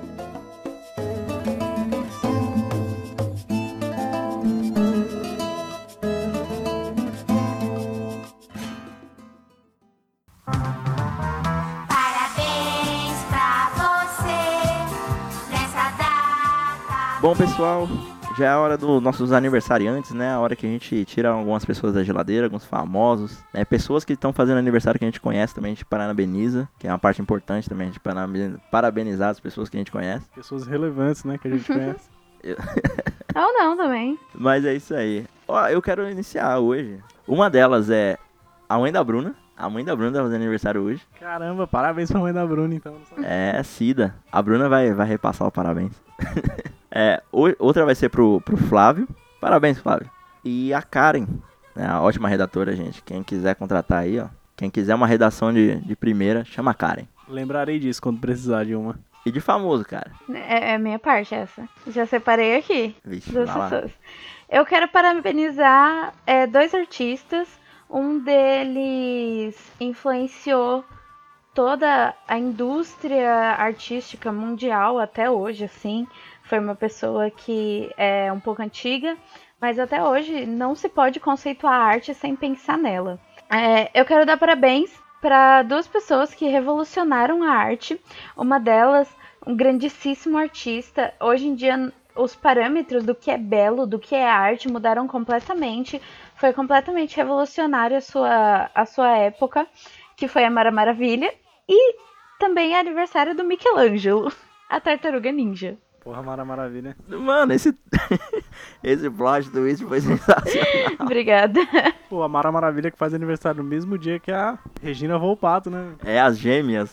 Parabéns pra você nessa data. Bom, pessoal, já é a hora dos nossos aniversariantes, né? A hora que a gente tira algumas pessoas da geladeira, alguns famosos, né? Pessoas que estão fazendo aniversário que a gente conhece também, a gente parabeniza, que é uma parte importante também, a gente parabenizar as pessoas que a gente conhece. Pessoas relevantes, né, que a gente conhece. Ou não também. Mas é isso aí. Ó, eu quero iniciar hoje. Uma delas é a mãe da Bruna. A mãe da Bruna tá fazendo aniversário hoje. Caramba, parabéns pra mãe da Bruna, então. Não sabia. É, Cida. A Bruna vai repassar o parabéns. Outra vai ser pro Flávio. Parabéns, Flávio. E a Karen, né, a ótima redatora, gente. Quem quiser contratar aí, ó. Quem quiser uma redação de primeira, chama a Karen. Lembrarei disso quando precisar de uma. E de famoso, cara. É minha parte essa. Já separei aqui. Vixe, Duas vai lá. pessoas. Eu quero parabenizar dois artistas. Um deles influenciou toda a indústria artística mundial até hoje, assim. Foi uma pessoa que é um pouco antiga, mas até hoje não se pode conceituar a arte sem pensar nela. Eu quero dar parabéns para duas pessoas que revolucionaram a arte. Uma delas, um grandíssimo artista. Hoje em dia, os parâmetros do que é belo, do que é arte, mudaram completamente. Foi completamente revolucionário a sua época, que foi a Mara Maravilha. E também é aniversário do Michelangelo, a Tartaruga Ninja. Porra, Maravilha. Mano, esse plot twist foi sensacional. Obrigada. Pô, a Mara Maravilha que faz aniversário no mesmo dia que a Regina Volpato, né? É as gêmeas.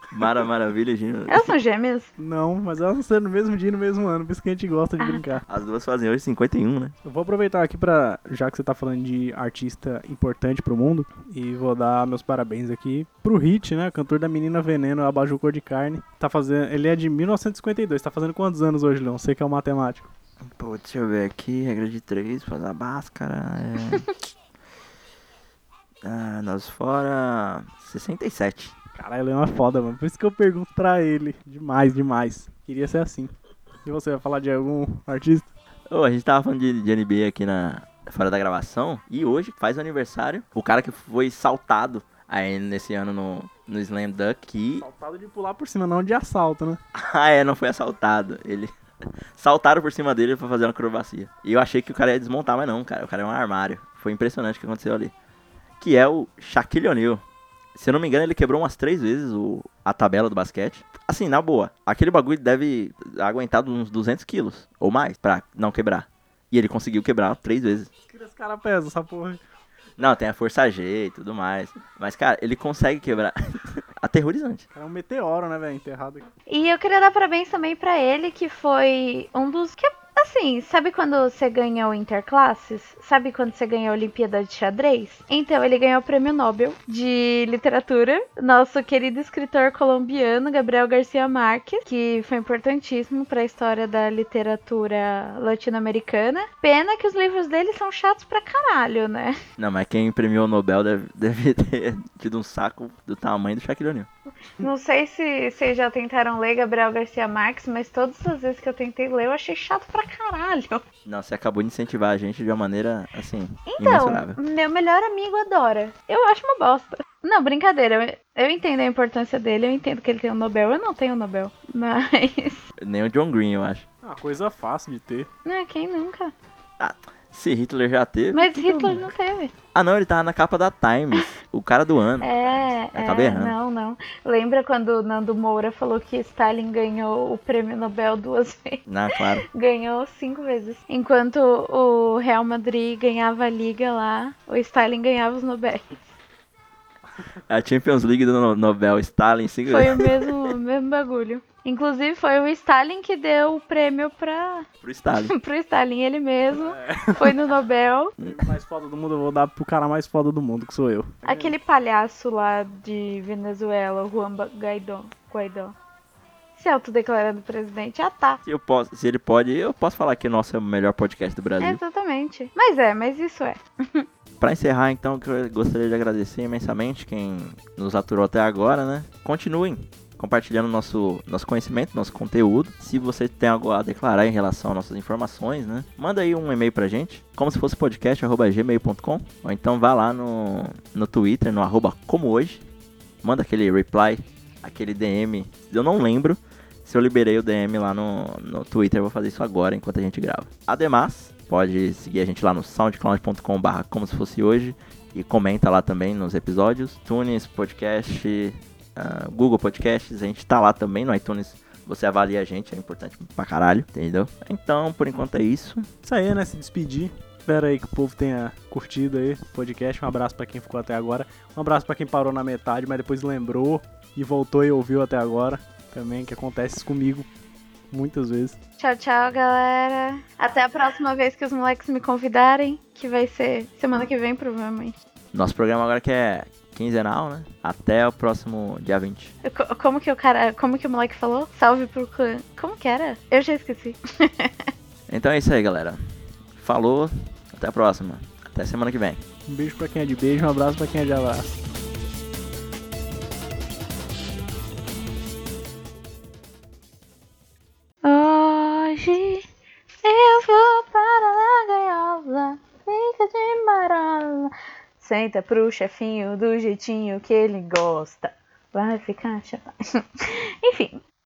Mara Maravilha e Gino. Elas são gêmeas? Não, mas elas não são no mesmo dia e no mesmo ano, por isso que a gente gosta de brincar. As duas fazem hoje 51, né? Eu vou aproveitar aqui já que você tá falando de artista importante pro mundo, e vou dar meus parabéns aqui pro Hit, né? Cantor da Menina Veneno, Abajur Cor de Carne. Ele é de 1952, tá fazendo quantos anos hoje, Leão? Você que é o matemático. Pô, deixa eu ver aqui, regra de 3, fazer a máscara, nós fora 67. Caralho, Leão é foda, mano. Por isso que eu pergunto pra ele. Demais, demais. Queria ser assim. E você vai falar de algum artista? Ô, a gente tava falando de NBA aqui fora da gravação, e hoje faz aniversário o cara que foi saltado aí nesse ano no Slam Dunk. Saltado de pular por cima, não de assalto, né? Não foi assaltado. Ele saltaram por cima dele pra fazer uma acrobacia. E eu achei que o cara ia desmontar, mas não, cara. O cara é um armário. Foi impressionante o que aconteceu ali. Que é o Shaquille O'Neal. Se eu não me engano, ele quebrou umas 3 vezes a tabela do basquete. Assim, na boa, aquele bagulho deve aguentar uns 200 quilos ou mais pra não quebrar. E ele conseguiu quebrar 3 vezes. Que esse cara pesa, essa porra. Não, tem a força G e tudo mais. Mas, cara, ele consegue quebrar. Aterrorizante. O cara é um meteoro, né, velho? Enterrado aqui. E eu queria dar parabéns também pra ele, que foi um dos que, assim, sabe quando você ganha o Interclasses? Sabe quando você ganha a Olimpíada de Xadrez? Então, ele ganhou o Prêmio Nobel de Literatura. Nosso querido escritor colombiano, Gabriel Garcia Marques, que foi importantíssimo pra história da literatura latino-americana. Pena que os livros dele são chatos pra caralho, né? Não, mas quem premiou o Nobel deve ter tido um saco do tamanho do Shaquille O'Neal. Não sei se vocês já tentaram ler Gabriel Garcia Marques, mas todas as vezes que eu tentei ler, eu achei chato pra caralho. Não, você acabou de incentivar a gente de uma maneira, assim, Então, imensurável. meu melhor amigo adora. Eu acho uma bosta. Não, brincadeira. Eu entendo a importância dele, eu entendo que ele tem um Nobel. Eu não tenho um Nobel, mas... Nem o John Green, eu acho. Uma coisa fácil de ter. Né, quem nunca? Se Hitler já teve... Mas Hitler não teve. Ah, não, ele tava na capa da Times. O cara do ano. Acabei errando. Não. Lembra quando o Nando Moura falou que Stalin ganhou o prêmio Nobel 2 vezes? Não, claro. Ganhou 5 vezes. Enquanto o Real Madrid ganhava a Liga lá, o Stalin ganhava os Nobel. A Champions League do Nobel, Stalin, 5 Foi o mesmo bagulho. Inclusive foi o Stalin que deu o prêmio pro Stalin. pro Stalin, ele mesmo. Foi no Nobel. O mais foda do mundo eu vou dar pro cara mais foda do mundo, que sou eu. Aquele palhaço lá de Venezuela, o Juan Guaidó. Se autodeclarando presidente. Ah, tá. Se ele pode, eu posso falar que o nosso é o melhor podcast do Brasil. Exatamente. Mas isso é. Pra encerrar, então, que eu gostaria de agradecer imensamente quem nos aturou até agora, né? Continuem compartilhando nosso conhecimento, nosso conteúdo. Se você tem algo a declarar em relação às nossas informações, né? Manda aí um e-mail pra gente, como se fosse podcast@gmail.com, ou então vá lá no Twitter, no @comohoje, manda aquele reply, aquele DM. Eu não lembro se eu liberei o DM lá no Twitter, eu vou fazer isso agora enquanto a gente grava. Ademais, pode seguir a gente lá no soundcloud.com/, como se fosse hoje, e comenta lá também nos episódios. iTunes, podcast, Google Podcasts, a gente tá lá também no iTunes. Você avalia a gente, é importante pra caralho, entendeu? Então, por enquanto é isso. Isso aí, né? Se despedir. Espero aí que o povo tenha curtido aí o podcast. Um abraço pra quem ficou até agora. Um abraço pra quem parou na metade, mas depois lembrou e voltou e ouviu até agora. Também, que acontece isso comigo muitas vezes. Tchau, galera. Até a próxima vez que os moleques me convidarem, que vai ser semana que vem, provavelmente. Nosso programa agora que é quinzenal, né? Até o próximo dia 20. Como que o moleque falou? Salve pro clã. Como que era? Eu já esqueci. Então é isso aí, galera. Falou, até a próxima. Até semana que vem. Um beijo pra quem é de beijo, um abraço pra quem é de abraço. Hoje eu vou para a gaiola, fica de marola. Senta pro chefinho do jeitinho que ele gosta. Vai ficar chapado. Enfim,